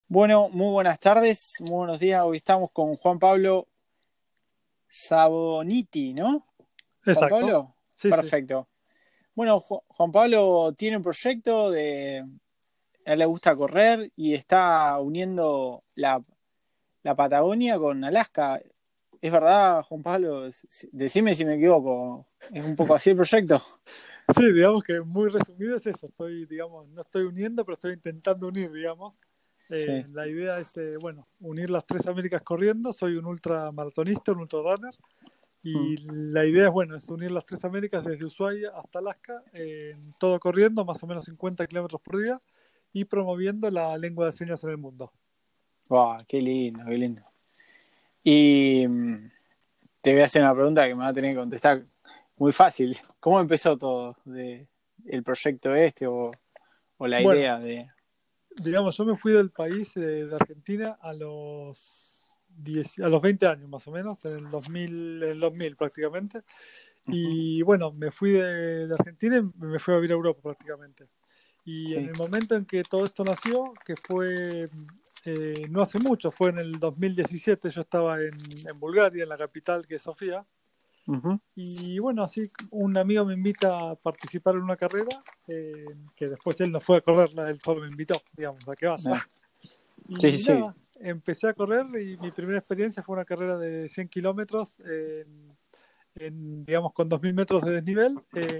Bueno, muy buenas tardes, muy buenos días. Hoy estamos con Juan Pablo Saboniti, ¿no? Juan Exacto. Pablo, Sí, sí. perfecto. Bueno, Juan Pablo tiene un proyecto a él le gusta correr y está uniendo la Patagonia con Alaska. ¿Es verdad, Juan Pablo? Decime si me equivoco. ¿Es un poco así el proyecto? Sí, digamos que muy resumido es eso. No estoy uniendo, pero estoy intentando unir, digamos. Sí. La idea es, unir las tres Américas corriendo. Soy un ultramaratonista, un ultrarunner. Mm. Y la idea es unir las tres Américas desde Ushuaia hasta Alaska, todo corriendo, más o menos 50 kilómetros por día, y promoviendo la lengua de señas en el mundo. Wow, qué lindo, qué lindo. Y te voy a hacer una pregunta que me va a tener que contestar muy fácil. ¿Cómo empezó todo el proyecto o la Bueno, idea de... digamos, yo me fui del país, de Argentina, a los 20 años más o menos, en el 2000, en el 2000 prácticamente. Ujú. Y bueno, me fui de Argentina y me fui a vivir a Europa prácticamente. Y en Sí. el momento en que todo esto nació, que fue no hace mucho, fue en el 2017, yo estaba en Bulgaria, en la capital que es Sofía. Ujú. Y bueno, así un amigo me invita a participar en una carrera, que después él no fue a correrla, él solo me invitó, digamos, a que vaya. Ah, sí, Y sí. nada, empecé a correr y mi primera experiencia fue una carrera de 100 kilómetros, digamos, con 2000 metros de desnivel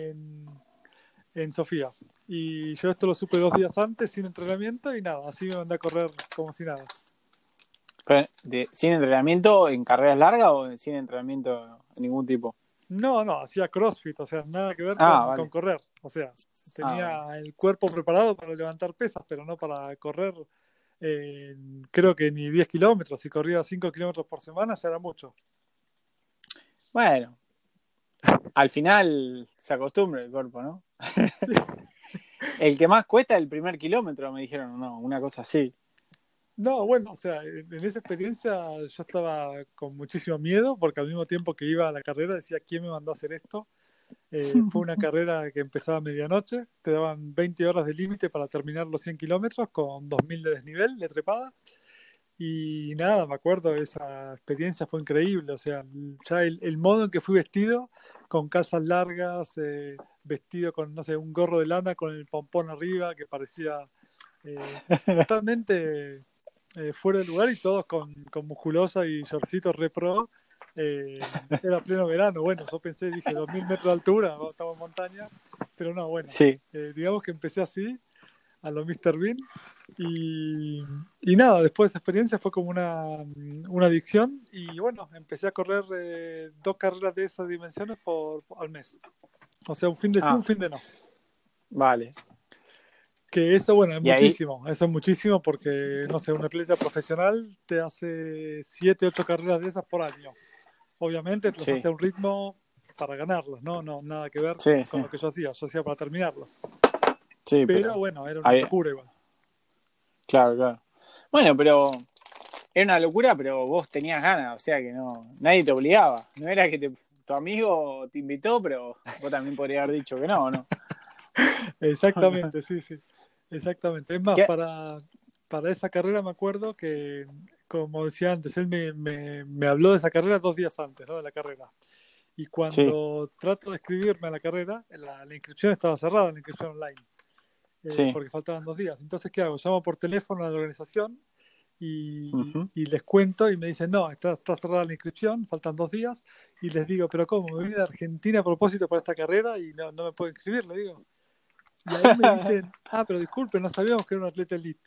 en Sofía. Y yo esto lo supe 2 días antes sin entrenamiento y nada, así me mandé a correr como si nada. Pero, ¿sin entrenamiento en carreras largas o sin entrenamiento de ningún tipo? No, no, hacía CrossFit, o sea, nada que ver Ah, con vale. correr. O sea, Ah, vale. tenía el cuerpo preparado para levantar pesas, pero no para correr, creo que ni 10 kilómetros. Si corría 5 kilómetros por semana ya era mucho. Bueno, al final se acostumbra el cuerpo, ¿no? El que más cuesta es el primer kilómetro, me dijeron, no, una cosa así. No, bueno, o sea, en esa experiencia yo estaba con muchísimo miedo porque al mismo tiempo que iba a la carrera decía, ¿quién me mandó a hacer esto? Fue una carrera que empezaba a medianoche, te daban 20 horas de límite para terminar los 100 kilómetros con 2000 de desnivel, de trepada. Y nada, me acuerdo, esa experiencia fue increíble. O sea, ya el modo en que fui vestido, con calzas largas, vestido con, no sé, un gorro de lana con el pompón arriba, que parecía totalmente fuera de lugar y todos con musculosa y shortcitos re pro. Era pleno verano. Bueno, yo pensé, dije, 2000 metros de altura, ¿no? Estamos en montaña, pero no, bueno, Sí. digamos que empecé así, a lo Mr. Bean, y, y nada, después de esa experiencia fue como una adicción, y bueno, empecé a correr 2 carreras de esas dimensiones al mes. O sea, un fin de sí, un Ah, fin de no. vale. Que eso, bueno, Y ahí, eso es muchísimo porque, no sé, un atleta profesional te hace 7, 8 carreras de esas por año. Obviamente te los hace sí, a un ritmo para ganarlas, ¿no? No, nada que ver sí, con sí, lo que yo hacía para terminarlo. sí, Pero pero bueno, era una ahí, locura igual. claro, claro. Bueno, pero era una locura, pero vos tenías ganas, o sea que no, nadie te obligaba. No era que tu amigo te invitó, pero vos también podrías haber dicho que no, ¿no? Exactamente, sí, sí, exactamente. Es más, ¿Qué? para esa carrera me acuerdo que, como decía antes, él me habló de esa carrera 2 días antes, ¿no? De la carrera. Y Sí. cuando trato de inscribirme a la carrera, la inscripción estaba cerrada, la inscripción online, Sí. porque faltaban 2 días. Entonces, ¿qué hago? Llamo por teléfono a la organización Ujú. y les cuento y me dicen, no, está cerrada la inscripción, faltan 2 días. Y les digo, pero ¿cómo? Me vine de Argentina a propósito para esta carrera y no me puedo inscribir, le digo. Y ahí me dicen, pero disculpe, no sabíamos que era un atleta elite.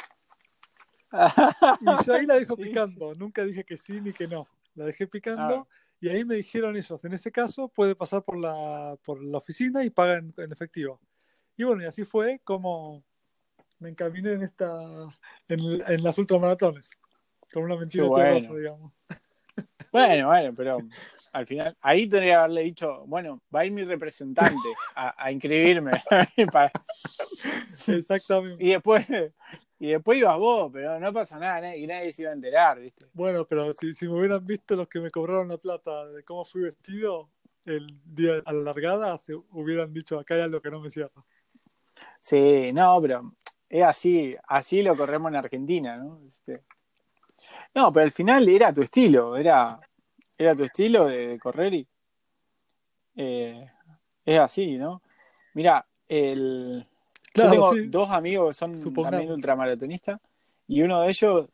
Y yo ahí la dejo Sí, sí. picando, nunca dije que sí ni que no. La dejé Ah, picando y ahí me dijeron ellos, en ese caso puede pasar por la oficina y paga en efectivo. Y bueno, y así fue como me encaminé en las ultramaratones, con una qué mentira piadosa, bueno. digamos. Bueno, bueno, pero al final, ahí tendría que haberle dicho, bueno, va a ir mi representante a inscribirme. Para- Exactamente. y después, y después ibas vos, pero no pasa nada, y nadie se iba a enterar, ¿viste? Bueno, pero si me hubieran visto los que me cobraron la plata de cómo fui vestido el día a la largada, se hubieran dicho, acá hay algo que no me cierra. Sí, no, pero Es así lo corremos en Argentina, ¿no? No, pero al final era tu estilo, era tu estilo de correr y eh, es así, ¿no? Mira, yo Claro, tengo sí, dos amigos que son también supongamos. ultramaratonistas y uno de ellos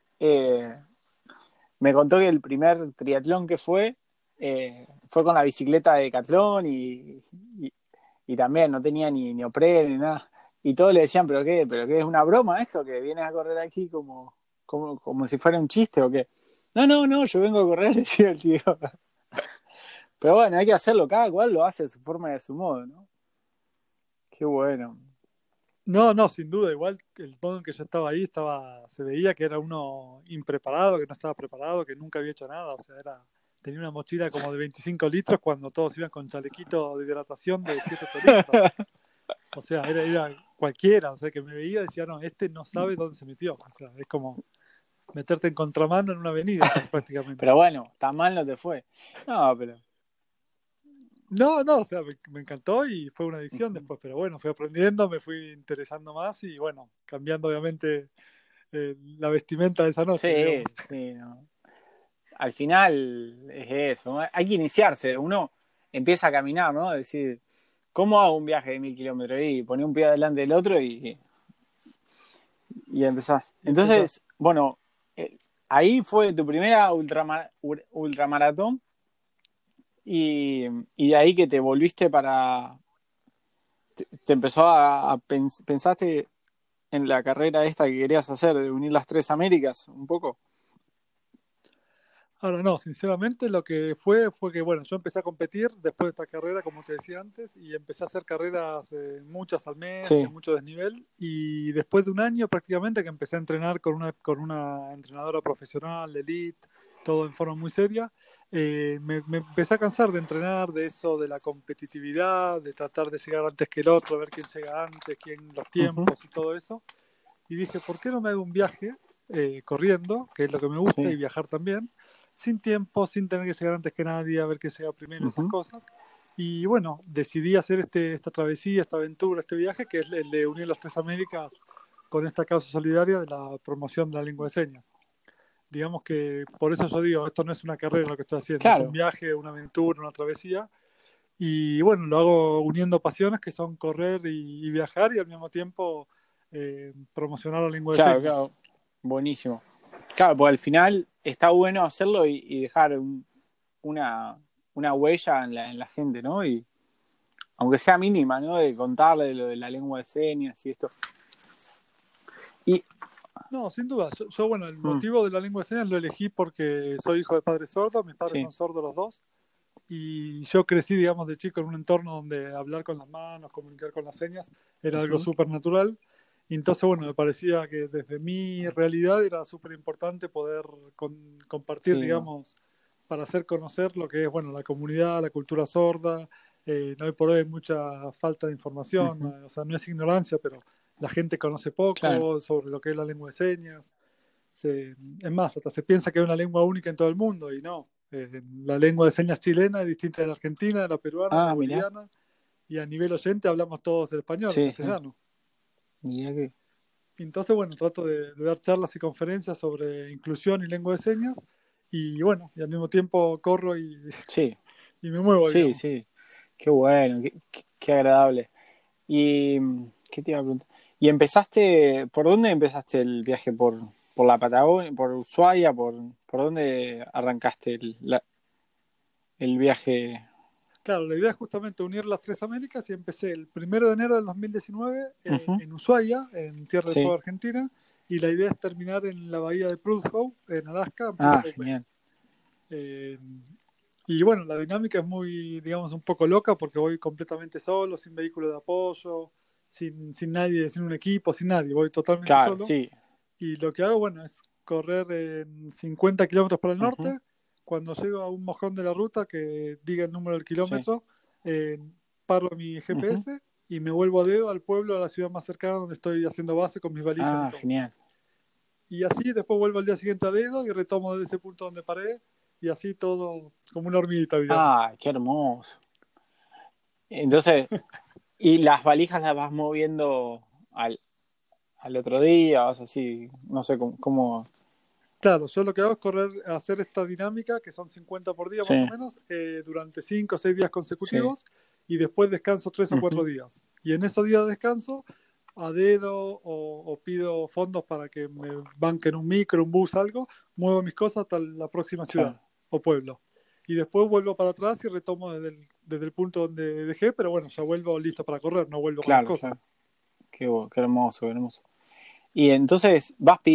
me contó que el primer triatlón que fue con la bicicleta de Decathlon y también no tenía ni neopren ni nada. Y todos le decían, ¿pero qué? ¿Es una broma esto? ¿Que vienes a correr aquí como si fuera un chiste o qué? No, no, no, yo vengo a correr, decía el tío. Pero bueno, hay que hacerlo, cada cual lo hace de su forma y de su modo, ¿no? Qué bueno. No, no, sin duda, igual el modo en que yo estaba ahí se veía que era uno impreparado, que no estaba preparado, que nunca había hecho nada, o sea, tenía una mochila como de 25 litros cuando todos iban con chalequito de hidratación de 7 litros. O sea, era cualquiera, o sea, que me veía y decía, no, este no sabe dónde se metió, o sea, es como meterte en contramano en una avenida prácticamente. Pero bueno, tan mal no te fue. No, pero. No, no, o sea, me encantó y fue una adicción Ujú. después, pero bueno, fui aprendiendo, me fui interesando más y bueno, cambiando obviamente la vestimenta de esa noche, digamos. Sí, sí, no. Al final es eso, ¿no? Hay que iniciarse. Uno empieza a caminar, ¿no? Decir, ¿cómo hago un viaje de 1000 kilómetros? Y poner un pie adelante del otro y empezás. Y empezás. Entonces, bueno, eh, ahí fue tu primera ultramaratón y de ahí que te volviste te empezó pensaste en la carrera esta que querías hacer, de unir las tres Américas, un poco. Ahora no, sinceramente lo que fue que, bueno, yo empecé a competir después de esta carrera, como te decía antes, y empecé a hacer carreras muchas al mes, de Sí. mucho desnivel, y después de un año prácticamente que empecé a entrenar con una entrenadora profesional, de elite, todo en forma muy seria, me empecé a cansar de entrenar, de eso, de la competitividad, de tratar de llegar antes que el otro, ver quién llega antes, quién los Ujú. tiempos y todo eso, y dije, ¿por qué no me hago un viaje corriendo, que es lo que me gusta, y Sí. viajar también, sin tiempo, sin tener que llegar antes que nadie, a ver quién llega primero, esas Ujú. cosas? Y bueno, decidí hacer esta travesía, esta aventura, este viaje, que es el de unir las tres Américas con esta causa solidaria de la promoción de la lengua de señas. Digamos que por eso yo digo, esto no es una carrera lo que estoy haciendo, es un Claro, viaje, una aventura, una travesía. Y bueno, lo hago uniendo pasiones que son correr y viajar y al mismo tiempo promocionar la lengua de claro, señas. claro. Buenísimo. Claro, porque al final está bueno hacerlo y dejar una, una huella en la gente, ¿no? Y aunque sea mínima, ¿no? De contarle lo de la lengua de señas y esto. Y, No, sin duda. Bueno, el mm, motivo de la lengua de señas lo elegí porque soy hijo de padres sordos, mis padres sí. son sordos los dos, y yo crecí, digamos, de chico en un entorno donde hablar con las manos, comunicar con las señas, era algo Ujú. súper natural. Y entonces, bueno, me parecía que desde mi realidad era súper importante poder compartir, Sí, no. digamos, para hacer conocer lo que es, bueno, la comunidad, la cultura sorda. No hay por hoy mucha falta de información, Ujú. ¿no? O sea, no es ignorancia, pero la gente conoce Claro. poco sobre lo que es la lengua de señas. Es más, hasta se piensa que es una lengua única en todo el mundo y no. La lengua de señas chilena es distinta de la argentina, de la peruana, de la Ah, mirá. boliviana, y a nivel oyente hablamos todos el español, el Sí, sí. castellano. Mirá que. Y entonces, bueno, trato de dar charlas y conferencias sobre inclusión y lengua de señas, y bueno, y al mismo tiempo corro Sí, y me muevo, sí, digamos. sí. Qué bueno, qué agradable. Y, ¿qué te iba a preguntar? ¿Y por dónde empezaste el viaje? ¿Por la Patagonia, por Ushuaia? ¿Por dónde arrancaste el viaje? Claro, la idea es justamente unir las tres Américas y empecé el 1 de enero del 2019 Ujú. en Ushuaia, en Tierra del Fuego, Sí. Argentina, y la idea es terminar en la bahía de Prudhoe, en Alaska, en Ah, Prudhoe Bay. genial. Eh, y bueno, la dinámica es muy, digamos, un poco loca porque voy completamente solo, sin vehículo de apoyo, sin nadie, sin un equipo, sin nadie, voy totalmente Claro, solo. sí. Y lo que hago, bueno, es correr en 50 kilómetros para el Ujú. norte. Cuando llego a un mojón de la ruta que diga el número del Sí. kilómetro, eh, paro mi Ujú. GPS y me vuelvo a dedo al pueblo, a la ciudad más cercana donde estoy haciendo base con mis valijas y Ah, todo. genial. Y así después vuelvo al día siguiente a dedo y retomo desde ese punto donde paré y así todo como una hormiguita, digamos. Ah, qué hermoso. Entonces, ¿y las valijas las vas moviendo al, al otro día, vas así, no sé cómo. Claro, yo lo que hago es hacer esta dinámica, que son 50 por día Sí. más o menos, durante 5 o 6 días Sí. consecutivos, y después descanso 3 o 4 Ujú. días. Y en esos días de descanso, a dedo o pido fondos para que me banquen un micro, un bus, algo, muevo mis cosas hasta la próxima ciudad Claro, o pueblo. Y después vuelvo para atrás y retomo desde el punto donde dejé, pero bueno, ya vuelvo listo para correr, no vuelvo con las claro, cosas. claro. Qué hermoso, qué hermoso. Y entonces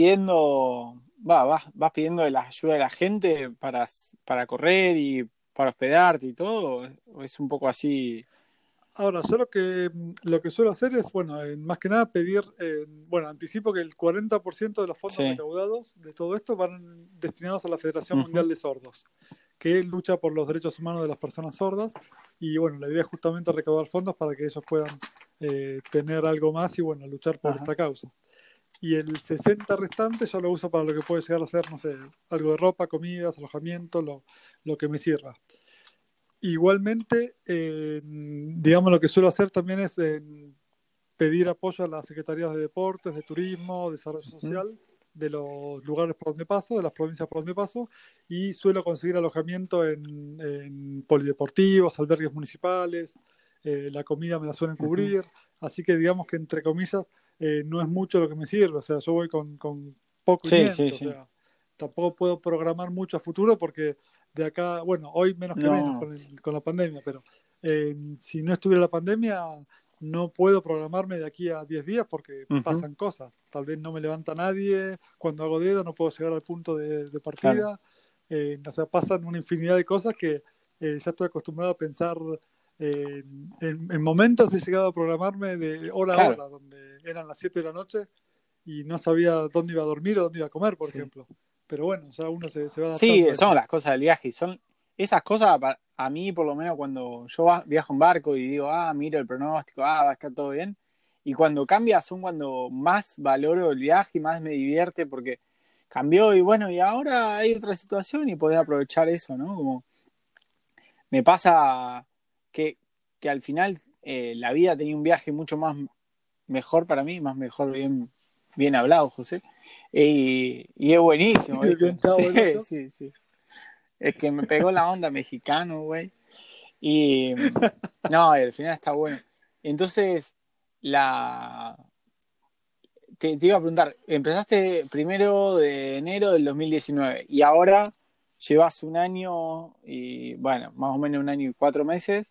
vas pidiendo de la ayuda de la gente para correr y para hospedarte y todo, o es un poco así. Ahora, yo lo que suelo hacer es, bueno, más que nada pedir, bueno, anticipo que el 40% de los fondos Sí. recaudados de todo esto van destinados a la Federación Ujú. Mundial de Sordos, que lucha por los derechos humanos de las personas sordas. Y bueno, la idea es justamente recaudar fondos para que ellos puedan tener algo más y, bueno, luchar por Ajá. esta causa. Y el 60 restante yo lo uso para lo que puede llegar a ser, no sé, algo de ropa, comidas, alojamiento, lo que me sirva. Igualmente, digamos, lo que suelo hacer también es pedir apoyo a las secretarías de deportes, de turismo, desarrollo Ujú. social, de los lugares por donde paso, de las provincias por donde paso, y suelo conseguir alojamiento en polideportivos, albergues municipales, la comida me la suelen Ujú. cubrir, así que digamos que entre comillas no es mucho lo que me sirve, o sea, yo voy con poco y Sí, sí, niente, o sí. sea, tampoco puedo programar mucho a futuro porque de acá, bueno, hoy menos que menos No, con la pandemia, pero si no estuviera la pandemia no puedo programarme de aquí a 10 días porque ujú. pasan cosas. Tal vez no me levanta nadie, cuando hago dedo no puedo llegar al punto de Claro. partida. O sea, pasan una infinidad de cosas que ya estoy acostumbrado a pensar. En momentos he llegado a programarme de hora a Claro, hora, donde eran las 7 de la noche y no sabía dónde iba a dormir o dónde iba a comer, por sí. ejemplo. Pero bueno, ya uno se va Sí, adaptando a eso. son las cosas del viaje y son esas cosas a mí, por lo menos cuando yo viajo en barco y digo, miro el pronóstico, va a estar todo bien. Y cuando cambia son cuando más valoro el viaje y más me divierte porque cambió y bueno, y ahora hay otra situación y podés aprovechar eso, ¿no? Como me pasa que, que al final la vida tenía un viaje mucho más mejor para mí, más mejor, bien hablado, José. Y es buenísimo, ¿viste? Bien, chavo el Sí, 8. sí, sí. Es que me pegó la onda mexicano, güey. Y no, al final está bueno. Entonces, la te iba a preguntar, empezaste 1 de enero del 2019 y ahora llevas un año y, bueno, más o menos un año y 4 meses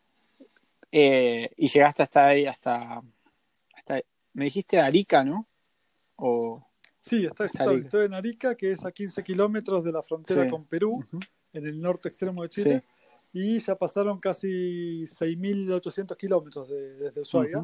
y llegaste hasta ahí, hasta, me dijiste Arica, ¿no? O Sí, hasta Arica. estoy en Arica, que es a 15 kilómetros de la frontera Sí. con Perú, Ujú. en el norte extremo de Sí. Chile, y ya pasaron casi 6.800 kilómetros desde Ushuaia. Ujú.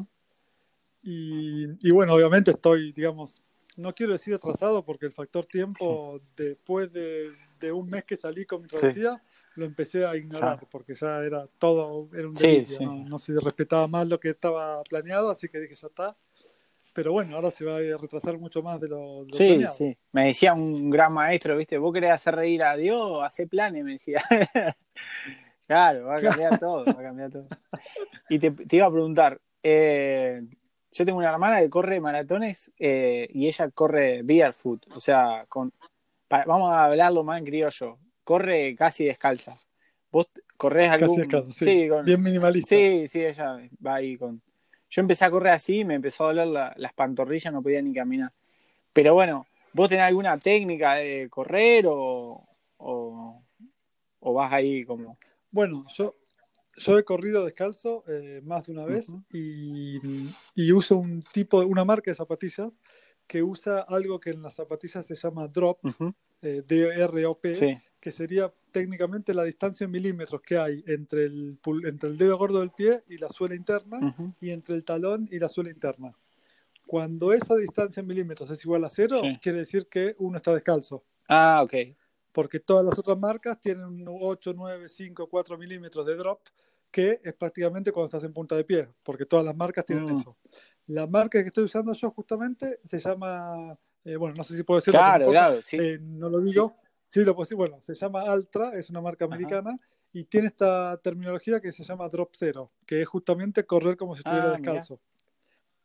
Y bueno, obviamente estoy, digamos, no quiero decir atrasado porque el factor Sí. tiempo, después de un mes que salí con mi Sí. travesía, lo empecé a ignorar Claro. porque ya era todo, era un Sí, delirio, sí. no se respetaba más lo que estaba planeado, así que dije, ya está. Pero bueno, ahora se va a retrasar mucho más de lo Sí, planeado. sí. Me decía un gran maestro, ¿viste? Vos querés hacer reír a Dios, hacé planes, me decía. Claro, va a cambiar todo, va a cambiar todo. Y te iba a preguntar, yo tengo una hermana que corre maratones y ella corre barefoot, o sea, vamos a hablarlo más en criollo, corre casi descalza. ¿Vos corres Casi algún? escaso, sí. Sí, Bien minimalista. sí, sí, ella va ahí con... Yo empecé a correr así y me empezó a doler las pantorrillas, no podía ni caminar. Pero bueno, ¿vos tenés alguna técnica de correr o, o vas ahí como... Bueno, yo he corrido descalzo más de una vez Ujú. y uso una marca de zapatillas que usa algo que en las zapatillas se llama drop, Ujú. DROP, Sí. que sería técnicamente la distancia en milímetros que hay entre el dedo gordo del pie y la suela interna Ujú. y entre el talón y la suela interna. Cuando esa distancia en milímetros es igual a cero, Sí. quiere decir que uno está descalzo. Ok. Porque todas las otras marcas tienen un 8, 9, 5, 4 milímetros de drop, que es prácticamente cuando estás en punta de pie, porque todas las marcas tienen Mm. eso. La marca que estoy usando yo justamente se llama, bueno, no sé si puedo decirlo, pero no Claro, importa, claro, sí. no lo Sí. digo. Sí, lo puedo decir, bueno, se llama Altra, es una marca Ajá. americana y tiene esta terminología que se llama drop zero, que es justamente correr como si estuviera Mira. descalzo.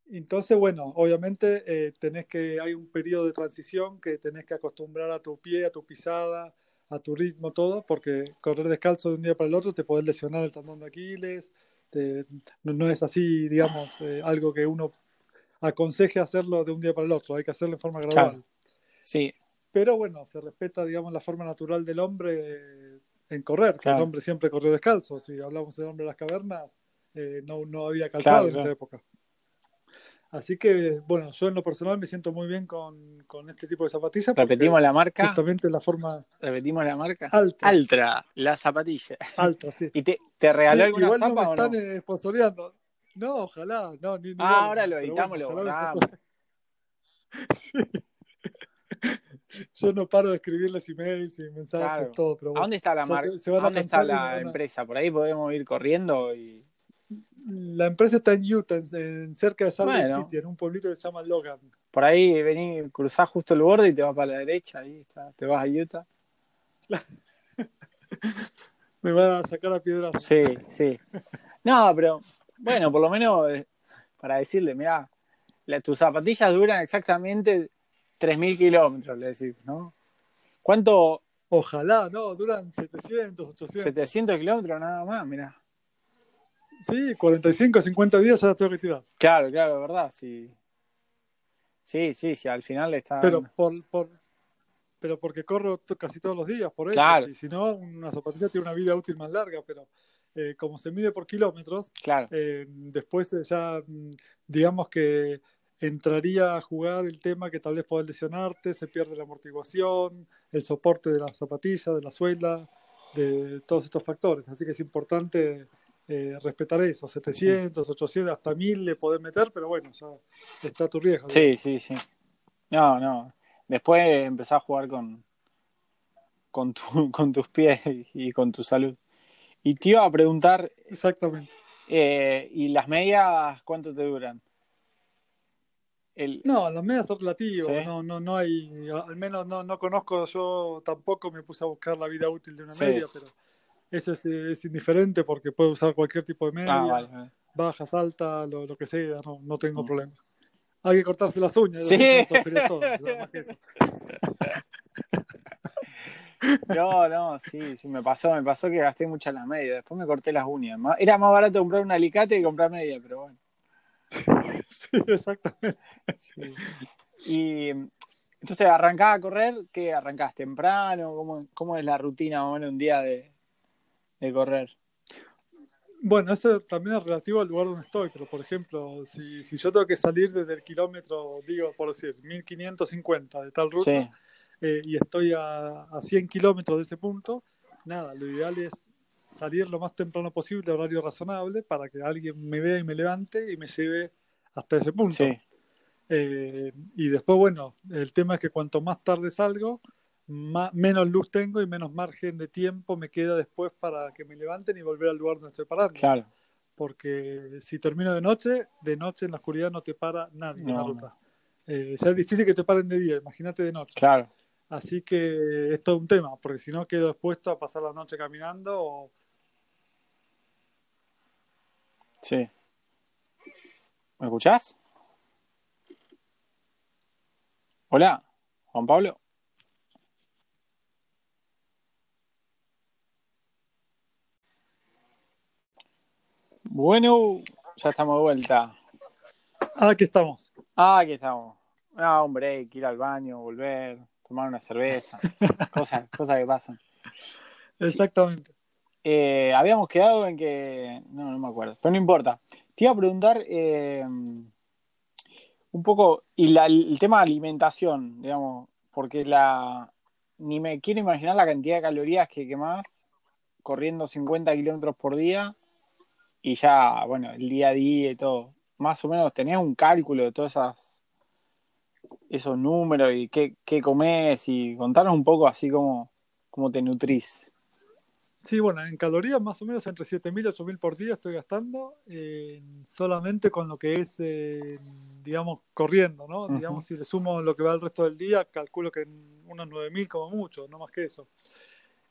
Entonces, bueno, obviamente hay un periodo de transición que tenés que acostumbrar a tu pie, a tu pisada, a tu ritmo, todo, porque correr descalzo de un día para el otro te podés lesionar el tendón de Aquiles, te- no es así, digamos, algo que uno aconseje hacerlo de un día para el otro, hay que hacerlo en forma Claro, gradual. sí, Pero bueno, se respeta, digamos, la forma natural del hombre en correr, que el claro, hombre siempre corrió descalzo. Si hablamos del hombre de las cavernas, no había calzado claro, en esa claro. época. Así que, bueno, yo en lo personal me siento muy bien con este tipo de zapatillas porque Repetimos la marca, justamente la forma repetimos la marca. alta, Altra, la zapatilla. alta, sí. ¿Y te Sí, regaló alguna igual no me zapa o están no? sponsoreando. No, ojalá, no, ni Ah, bola ahora me dan, lo pero editamos, bueno, y lo ojalá me borramos. sponsoreen. Yo no paro de escribirles emails y mensajes, Claro. todo, pero ¿A bueno, dónde está la ya marca? se ¿A van a dónde está cansar y me la van a... empresa? Por ahí podemos ir corriendo y. La empresa está en Utah, cerca de Salt Lake Bueno, City, en un pueblito que se llama Logan. por ahí vení, cruzás justo el borde y te vas para la derecha, ahí está, te vas a Utah. Me van a sacar a piedras. Sí, sí. No, pero bueno, por lo menos para decirle, mirá, tus zapatillas duran exactamente 3.000 kilómetros, le decís, ¿no? ¿Cuánto? Ojalá, no, duran 700, 800. 700 kilómetros nada más, mirá. Sí, 45, 50 días ya las tengo que tirar. Claro, claro, ¿verdad? Sí, sí, sí, sí, al final Pero están. pero porque corro casi todos los días, por eso. Claro, Si no, una zapatilla tiene una vida útil más larga, pero como se mide por kilómetros, claro, después ya, digamos que entraría a jugar el tema que tal vez podés lesionarte, se pierde la amortiguación, el soporte de la zapatilla, de la suela, de todos estos factores. Así que es importante respetar eso, sí. 700, 800, hasta 1000 le podés meter, pero bueno, ya está a tu riesgo, Sí, digamos. sí, sí. No, no. Después empezás a jugar con tus pies y con tu salud. Y te iba a preguntar, Exactamente. ¿y las medias cuánto te duran? El, No, las medias son ¿Sí? relativas, no hay, al menos no conozco, yo tampoco me puse a buscar la vida útil de una Sí. media, pero eso es indiferente porque puedo usar cualquier tipo de Ah, vale, media, vale. bajas, altas, lo que sea, no tengo problema. Hay que cortarse las uñas, eso sí se Sí. nos transfería todo, nada más que eso. No, no, sí, sí, me pasó que gasté muchas las medias. Después me corté las uñas. Era más barato comprar un alicate que comprar medias, pero bueno. Sí, exactamente. Sí. Y entonces arrancás a correr, ¿qué arrancás temprano? ¿Cómo es la rutina más o menos un día de correr? Bueno, eso también es relativo al lugar donde estoy, pero por ejemplo, si yo tengo que salir desde el kilómetro, digo, por decir, 1550 de tal ruta, Sí, y estoy a 100 kilómetros de ese punto, nada, lo ideal es salir lo más temprano posible, horario razonable, para que alguien me vea y me levante y me lleve hasta ese punto. sí, Y después, bueno, el tema es que cuanto más tarde salgo, menos luz tengo y menos margen de tiempo me queda después para que me levanten y volver al lugar donde estoy parando. claro. Porque si termino de noche en la oscuridad no te para nadie en la No, no, ruta. Ya es difícil que te paren de día, imagínate de noche. claro. Así que es todo un tema, porque si no quedo expuesto a pasar la noche caminando o... Sí. ¿Me escuchás? Hola, Juan Pablo. Bueno, ya estamos de vuelta. Ah, aquí estamos. Ah, aquí estamos. Ah, un break, ir al baño, volver, tomar una cerveza. Cosas que pasan. Sí, Exactamente. habíamos quedado en que. No, no me acuerdo. Pero no importa. Te iba a preguntar un poco. Y el tema de alimentación, digamos. Porque ni me quiero imaginar la cantidad de calorías que quemás corriendo 50 kilómetros por día. Y ya, bueno, el día a día y todo. Más o menos, ¿tenés un cálculo de todas esos números y qué comes? Y contanos un poco así como te nutrís. Sí, bueno, en calorías más o menos entre 7.000 y 8.000 por día estoy gastando solamente con lo que es, digamos, corriendo, ¿no? Ujú. Digamos, si le sumo lo que va el resto del día, calculo que en unos 9.000 como mucho, no más que eso.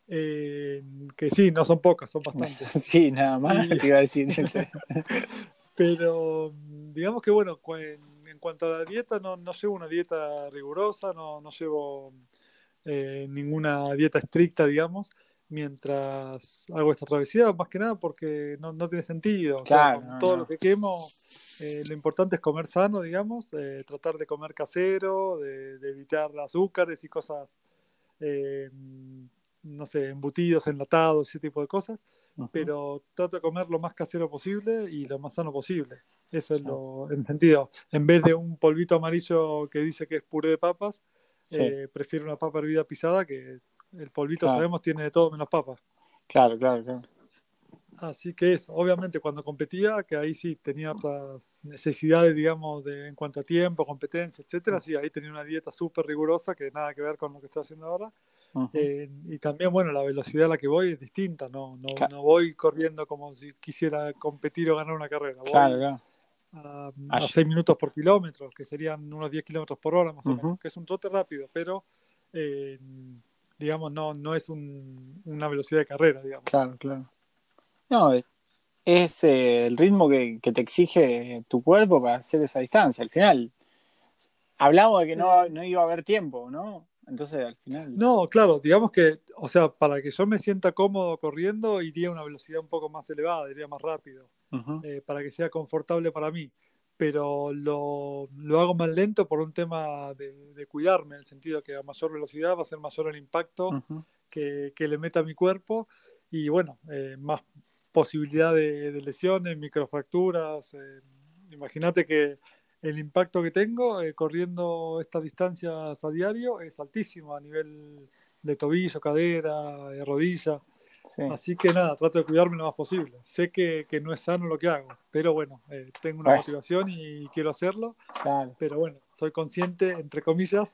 Que sí, no son pocas, son bastantes. Sí, nada más, Y te iba a decir. Pero digamos que bueno, en cuanto a la dieta, no llevo una dieta rigurosa, no llevo ninguna dieta estricta, digamos, mientras hago esta travesía, más que nada porque no tiene sentido. O sea, Claro, con no, todo lo no. que quemo, lo importante es comer sano, digamos, tratar de comer casero, de evitar azúcares y cosas, eh, no sé, embutidos, enlatados, ese tipo de cosas, Ujú, pero trato de comer lo más casero posible y lo más sano posible. Eso es claro. en sentido, en vez de un polvito amarillo que dice que es puré de papas, Sí, prefiero una papa hervida pisada, que el polvito claro, sabemos tiene de todo menos papas. claro, claro, claro. Así que eso, obviamente cuando competía, que ahí sí tenía otras necesidades, digamos, en cuanto a tiempo, competencia, etcétera, sí, ahí tenía una dieta súper rigurosa que nada que ver con lo que estoy haciendo ahora. Ujú, Y también, bueno, la velocidad a la que voy es distinta, ca- no voy corriendo como si quisiera competir o ganar una carrera, claro, voy claro. a Ay- 6 minutos por kilómetro, que serían unos 10 kilómetros por hora más o menos, ujú, que es un trote rápido, pero eh, digamos, no es una velocidad de carrera, digamos. claro, claro. No, es el ritmo que te exige tu cuerpo para hacer esa distancia. Al final, hablamos de que Eh, no iba a haber tiempo, ¿no? Entonces, al final. no, claro, digamos que, o sea, para que yo me sienta cómodo corriendo, iría a una velocidad un poco más elevada, iría más rápido, Ujú, para que sea confortable para mí. Pero lo hago más lento por un tema de cuidarme, en el sentido que a mayor velocidad va a ser mayor el impacto ujú, que le meta a mi cuerpo y bueno, más posibilidad de lesiones, microfracturas. Imagínate que el impacto que tengo corriendo estas distancias a diario es altísimo a nivel de tobillo, cadera, rodilla. sí. Así que nada, trato de cuidarme lo más posible. Sé que no es sano lo que hago, pero bueno, tengo una Bueno, motivación y quiero hacerlo. claro. Pero bueno, soy consciente, entre comillas,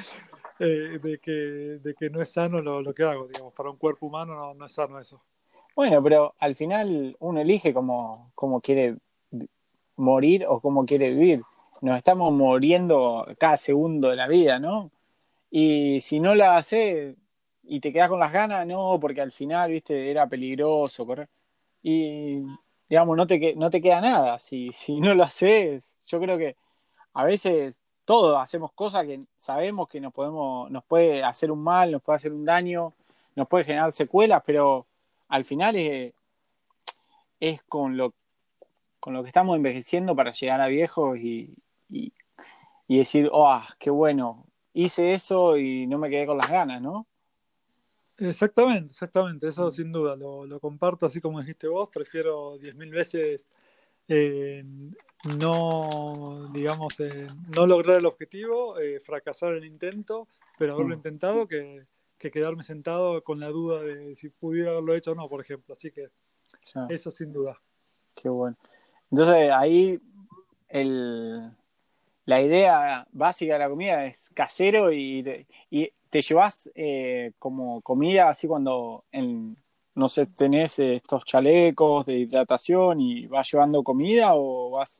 de que no es sano lo que hago, digamos, para un cuerpo humano no es sano eso. Bueno, pero al final uno elige cómo quiere morir o cómo quiere vivir. Nos estamos muriendo cada segundo de la vida, ¿no? Y si no la haces y te quedas con las ganas, no, porque al final, viste, era peligroso correr. Y, digamos, no te queda nada. Si no lo haces, yo creo que a veces todos hacemos cosas que sabemos que nos puede hacer un mal, nos puede hacer un daño, nos puede generar secuelas, pero al final es con lo que estamos envejeciendo para llegar a viejos y, y decir, oh, qué bueno, hice eso y no me quedé con las ganas, ¿no? Exactamente, exactamente, eso sin duda, lo comparto así como dijiste vos, prefiero 10.000 veces eh, no, digamos, no lograr el objetivo, fracasar el intento, pero haberlo Mm, intentado que quedarme sentado con la duda de si pudiera haberlo hecho o no, por ejemplo. Así que ya, eso sin duda. qué bueno. Entonces ahí el, la idea básica de la comida es casero y te llevas como comida así cuando, no sé, tenés estos chalecos de hidratación y vas llevando comida o vas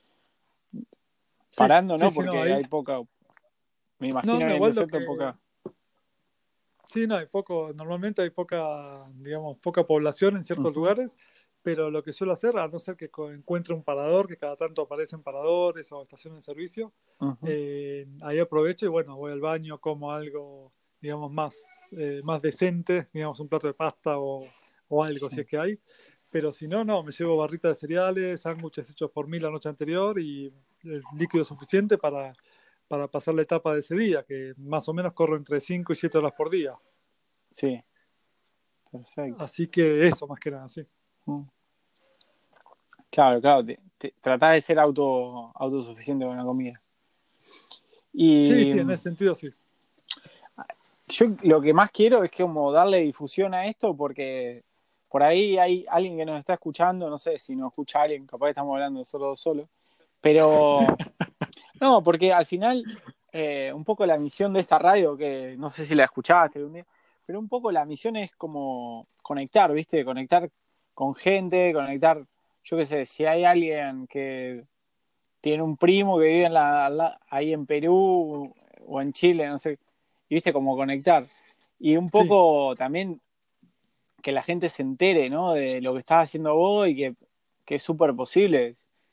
Sí, parando, sí, ¿no? sí, no, Porque ahí. hay poca, me No, imagino no, en el igual lo desierto que. poca. Sí, no, hay poco, normalmente hay poca, digamos, poca población en ciertos Ujú, lugares, pero lo que suelo hacer, a no ser que encuentre un parador, que cada tanto aparecen paradores o estaciones de servicio, ujú, ahí aprovecho y bueno, voy al baño, como algo, digamos, más decente, digamos, un plato de pasta o algo, si sí. es que hay. Pero si no, no, me llevo barritas de cereales, sándwiches hechos por mí la noche anterior y el líquido suficiente para pasar la etapa de ese día, que más o menos corro entre 5 y 7 horas por día. Sí, perfecto. Así que eso, más que nada, sí. Mm. Claro, claro, tratás de ser autosuficiente con la comida. Sí, Y sí, en ese sentido sí. yo lo que más quiero es como darle difusión a esto porque por ahí hay alguien que nos está escuchando, no sé si nos escucha alguien, capaz que estamos hablando solo, pero no, porque al final un poco la misión de esta radio, que no sé si la escuchaste algún día, pero un poco la misión es como conectar, ¿viste? Conectar con gente, conectar, yo qué sé, si hay alguien que tiene un primo que vive ahí en Perú o en Chile, no sé, y viste, como conectar. Y un Sí, poco también que la gente se entere, ¿no? De lo que estás haciendo vos y que es súper posible.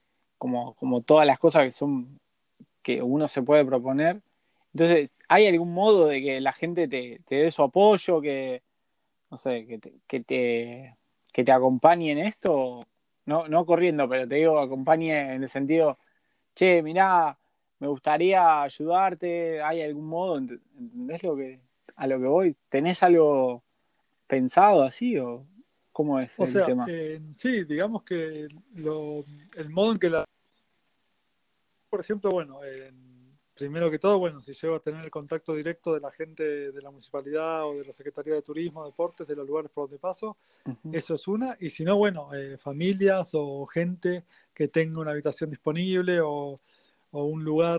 como todas las cosas que uno se puede proponer. Entonces, ¿hay algún modo de que la gente te dé su apoyo, que, no sé, que te acompañe en esto? No, no corriendo, pero te digo, acompañe en el sentido, che, mirá, me gustaría ayudarte, ¿hay algún modo? ¿Entendés a lo que voy? ¿Tenés algo pensado así o cómo es O el sea, tema? sí, digamos que el modo en que por ejemplo, bueno, primero que todo, bueno, si llego a tener el contacto directo de la gente de la municipalidad o de la Secretaría de Turismo, Deportes, de los lugares por donde paso, Ujú. eso es una. Y si no, bueno, familias o gente que tenga una habitación disponible o un lugar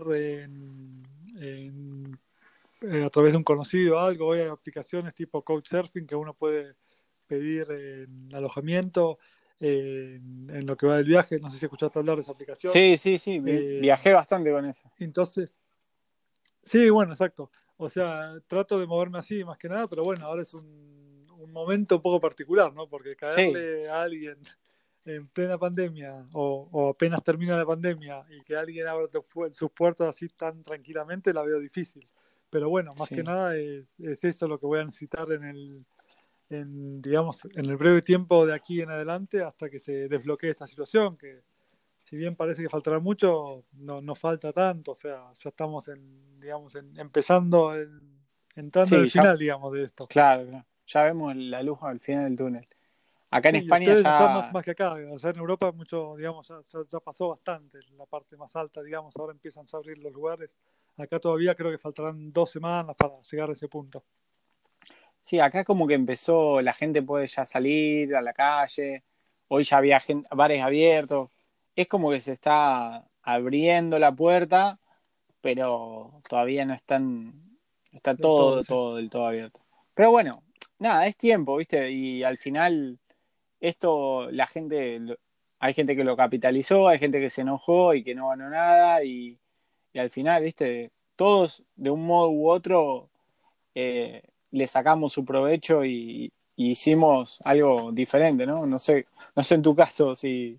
a través de un conocido o algo. Hoy hay aplicaciones tipo Couchsurfing que uno puede pedir alojamiento en lo que va del viaje. No sé si escuchaste hablar de esa aplicación. Sí, sí, sí, Eh, viajé bastante con eso. entonces, sí, bueno, exacto. O sea, trato de moverme así más que nada, pero bueno, ahora es un momento un poco particular, ¿no? Porque Sí, caerle a alguien en plena pandemia o apenas termina la pandemia y que alguien abra sus puertas así tan tranquilamente, la veo difícil. Pero bueno, más que sí. nada es eso lo que voy a necesitar digamos, en el breve tiempo de aquí en adelante hasta que se desbloquee esta situación, que si bien parece que faltará mucho, no falta tanto, o sea, ya estamos digamos, empezando, entrando en Sí, el ya, final, digamos, de esto. claro, claro. Ya vemos la luz al final del túnel. Acá en Sí, y España ustedes allá ya, más que acá, allá en Europa mucho, digamos, ya pasó bastante, la parte más alta, digamos, ahora empiezan ya a abrir los lugares. Acá todavía creo que faltarán 2 semanas para llegar a ese punto. sí, acá como que empezó, la gente puede ya salir a la calle, hoy ya había bares abiertos, es como que se está abriendo la puerta, pero todavía no está Del todo, todo, sí. todo del todo abierto. Pero bueno, nada, es tiempo, ¿viste? Y al final esto hay gente que lo capitalizó, hay gente que se enojó y que no ganó nada y al final, ¿viste? Todos de un modo u otro le sacamos su provecho y hicimos algo diferente, ¿no? No sé en tu caso si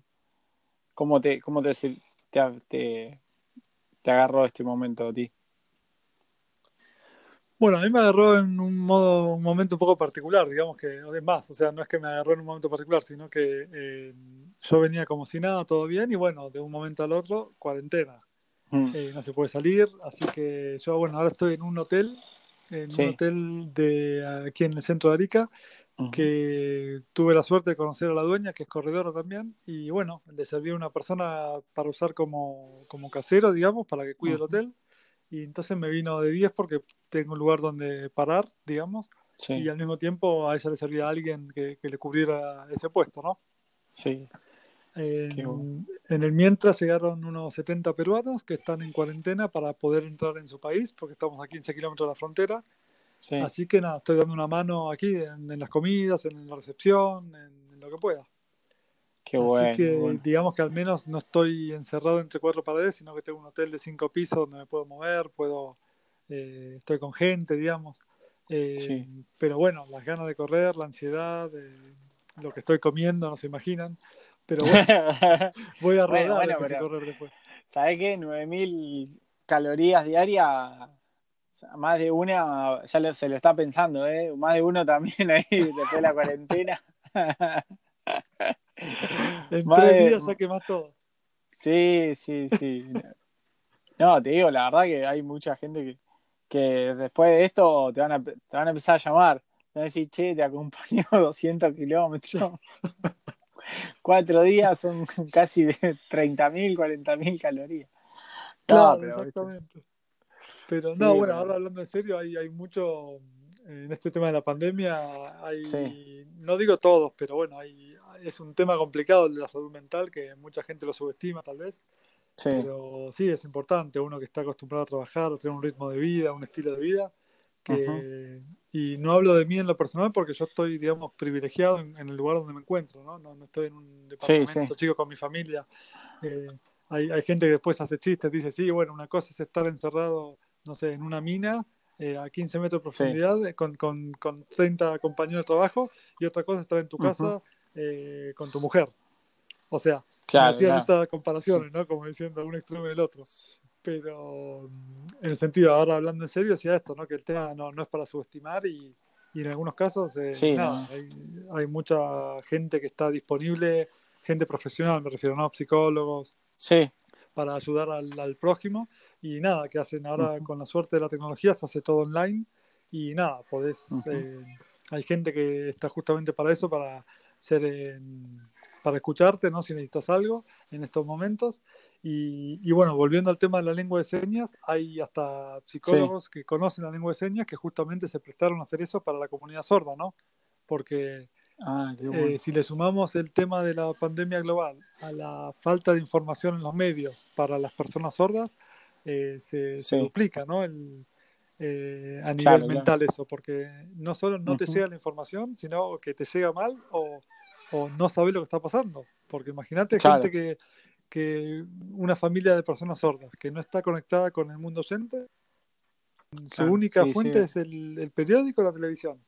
cómo te agarró este momento a ti. Bueno, a mí me agarró en un momento un poco particular, digamos que, además, o sea, no es que me agarró en un momento particular, sino que yo venía como si nada, todo bien, y bueno, de un momento al otro, cuarentena. Mm, No se puede salir, así que yo, bueno, ahora estoy en un sí. hotel aquí en el centro de Arica, Ujú, que tuve la suerte de conocer a la dueña, que es corredora también, y bueno, le serví a una persona para usar como casero, digamos, para que cuide el ujú, hotel, y entonces me vino de 10 porque tengo un lugar donde parar, digamos, y sí, al mismo tiempo a ella le servía a alguien que le cubriera ese puesto, ¿no? sí, qué bueno. En el mientras llegaron unos 70 peruanos que están en cuarentena para poder entrar en su país, porque estamos a 15 kilómetros de la frontera. Sí, Así que nada, estoy dando una mano aquí en las comidas, en la recepción, en lo que pueda. qué Así bueno, que bueno. digamos que al menos no estoy encerrado entre cuatro paredes, sino que tengo un hotel de 5 pisos donde me puedo mover, estoy con gente, digamos. Eh, Sí. pero bueno, las ganas de correr, la ansiedad, lo que estoy comiendo, no se imaginan. Pero bueno, voy a Bueno, rodar bueno, antes que pero correr después. ¿sabés qué? 9.000 calorías diarias, más de una, se lo está pensando, ¿eh? Más de uno también ahí después de la cuarentena. En Más 3 días de, ya quemás todo. sí, sí, sí. No, te digo, la verdad que hay mucha gente que después de esto te van a empezar a llamar. Te van a decir, che, te acompaño 200 kilómetros. 4 días son casi de 30.000, 40.000 calorías. No, Claro, pero, ¿viste? exactamente. Pero no, Sí, bueno, pero, ahora hablando en serio, hay mucho, en este tema de la pandemia, sí, no digo todos, pero bueno, es un tema complicado el de la salud mental que mucha gente lo subestima tal vez, sí. pero sí es importante, uno que está acostumbrado a trabajar, a tener un ritmo de vida, un estilo de vida, Ujú. que, y no hablo de mí en lo personal porque yo estoy, digamos, privilegiado en el lugar donde me encuentro, ¿no? No estoy en un Sí, sí. departamento chico con mi familia. Hay gente que después hace chistes, dice, sí, bueno, una cosa es estar encerrado, no sé, en una mina a 15 metros de Sí. profundidad con 30 compañeros de trabajo y otra cosa es estar en tu Ujú. casa con tu mujer. O sea, me Claro, hacían claro. estas Sí, comparaciones, ¿no? Como diciendo un extremo del otro. Pero en el sentido, ahora hablando en serio, decía esto, ¿no? Que el tema no es para subestimar y en algunos casos, sí, nada, no. hay mucha gente que está disponible, gente profesional, me refiero, ¿no? Psicólogos, Sí. para ayudar al prójimo y nada, que hacen ahora Ujú, con la suerte de la tecnología, se hace todo online y nada, ujú. hay gente que está justamente para eso, para ser, para escucharte, ¿no? Si necesitas algo en estos momentos. Y bueno, volviendo al tema de la lengua de señas, hay hasta Sí. psicólogos que conocen la lengua de señas que justamente se prestaron a hacer eso para la comunidad sorda, ¿no? Porque Ah, qué bueno. si le sumamos el tema de la pandemia global a la falta de información en los medios para las personas sordas, se Sí, duplica, ¿no? A nivel claro, claro. mental eso, porque no solo no te Ujú, llega la información, sino que te llega mal o no sabes lo que está pasando. Porque imagínate gente claro. que una familia de personas sordas que no está conectada con el mundo oyente, su Claro. única Sí, sí, fuente es el periódico o la televisión.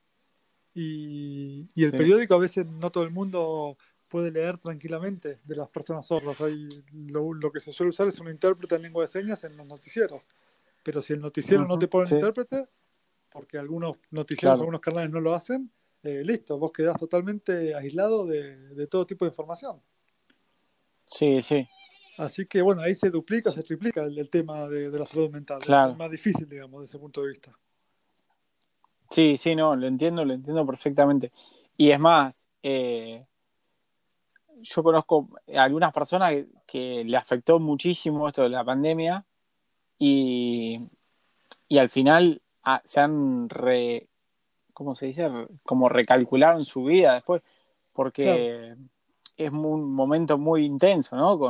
Y el sí. periódico a veces no todo el mundo puede leer tranquilamente de las personas sordas. Lo que se suele usar es un intérprete en lengua de señas en los noticieros. Pero si el noticiero no Ujú, te pone un sí, intérprete, porque algunos noticieros, claro. algunos canales no lo hacen, listo, vos quedás totalmente aislado de todo tipo de información. Sí, sí, Así que bueno, ahí se duplica, sí, se triplica el tema de la salud mental. Es claro. más difícil, digamos, desde ese punto de vista. Sí, sí, no, lo entiendo perfectamente. Y es más, yo conozco algunas personas que le afectó muchísimo esto de la pandemia y, y al final se han ¿cómo se dice? Como recalcularon su vida después, Claro, porque es un momento muy intenso, ¿no?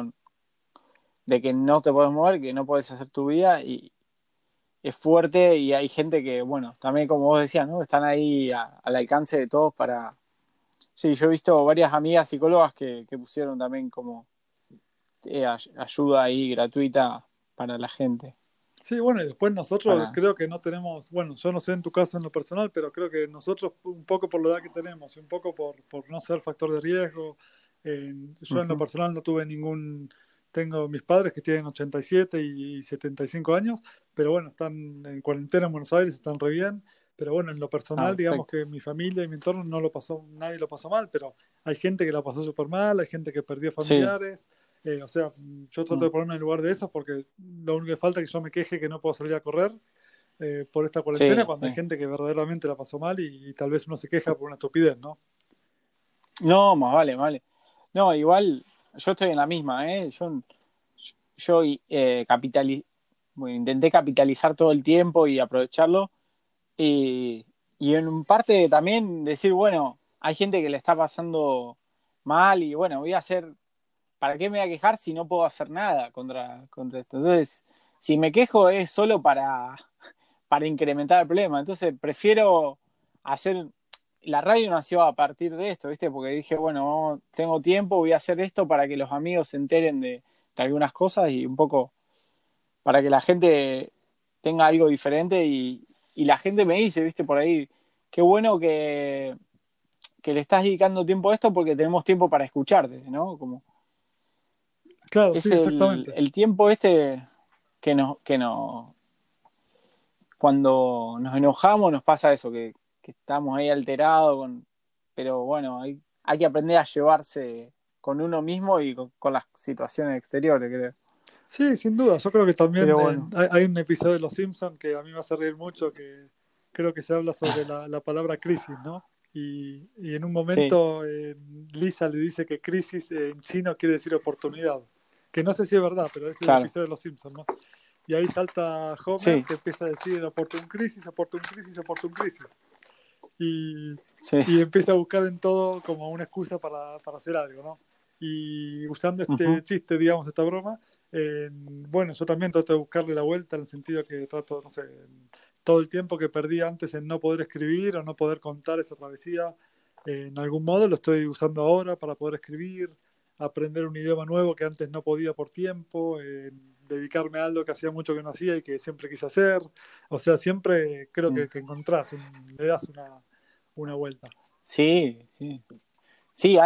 De que no te puedes mover, que no puedes hacer tu vida y es fuerte y hay gente que, bueno, también como vos decías, ¿no? Están ahí al alcance de todos para... Sí, yo he visto varias amigas psicólogas que pusieron también como ayuda ahí gratuita para la gente. sí, bueno, y después nosotros Para... creo que no tenemos, bueno, yo no sé en tu caso en lo personal, pero creo que nosotros un poco por la edad que tenemos y un poco por no ser factor de riesgo, yo en lo Ujú, personal no tuve tengo mis padres que tienen 87 y 75 años, pero bueno, están en cuarentena en Buenos Aires, están re bien, pero bueno, en lo ah, personal digamos perfecto. que mi familia y mi entorno no lo pasó, nadie lo pasó mal, pero hay gente que la pasó súper mal, hay gente que perdió Sí, familiares. O sea, yo trato mm, de ponerme en el lugar de eso porque lo único que falta es que yo me queje que no puedo salir a correr por esta cuarentena sí, cuando hay sí. gente que verdaderamente la pasó mal y tal vez uno se queja por una estupidez, ¿no? No, más vale, más vale. No, igual yo estoy en la misma, ¿eh? Yo bueno, intenté capitalizar todo el tiempo y aprovecharlo. Y, y en parte también decir, bueno, hay gente que le está pasando mal y bueno, voy a hacer, ¿para qué me voy a quejar si no puedo hacer nada contra esto? Entonces, si me quejo es solo para incrementar el problema. Entonces, prefiero hacer... La radio nació a partir de esto, ¿viste? Porque dije, bueno, tengo tiempo, voy a hacer esto para que los amigos se enteren de algunas cosas y un poco para que la gente tenga algo diferente y la gente me dice, viste, por ahí, qué bueno que le estás dedicando tiempo a esto porque tenemos tiempo para escucharte, ¿no? Como Claro, sí, es exactamente. el tiempo este que nos, cuando nos enojamos nos pasa eso, que estamos ahí alterados, pero bueno, hay que aprender a llevarse con uno mismo y con las situaciones exteriores, creo. Sí, sin duda. Yo creo que también Pero bueno, hay un episodio de Los Simpsons que a mí me hace reír mucho, que creo que se habla sobre la palabra crisis, ¿no? Y en un sí, momento Lisa le dice que crisis en chino quiere decir oportunidad. Que no sé si es verdad, pero es el claro, episodio de Los Simpsons, ¿no? Y ahí salta Homer sí, que empieza a decir oportun crisis, oportun crisis, oportun crisis. Y, sí. y empieza a buscar en todo como una excusa para hacer algo, ¿no? Y usando este Ujú. chiste, digamos, esta broma, bueno, yo también trato de buscarle la vuelta en el sentido que trato, no sé, todo el tiempo que perdí antes en no poder escribir o no poder contar esta travesía, en algún modo lo estoy usando ahora para poder escribir, aprender un idioma nuevo que antes no podía por tiempo, dedicarme a algo que hacía mucho que no hacía y que siempre quise hacer. O sea, siempre creo Mm. que encontrás, le das una vuelta. Sí, sí. Sí, hay.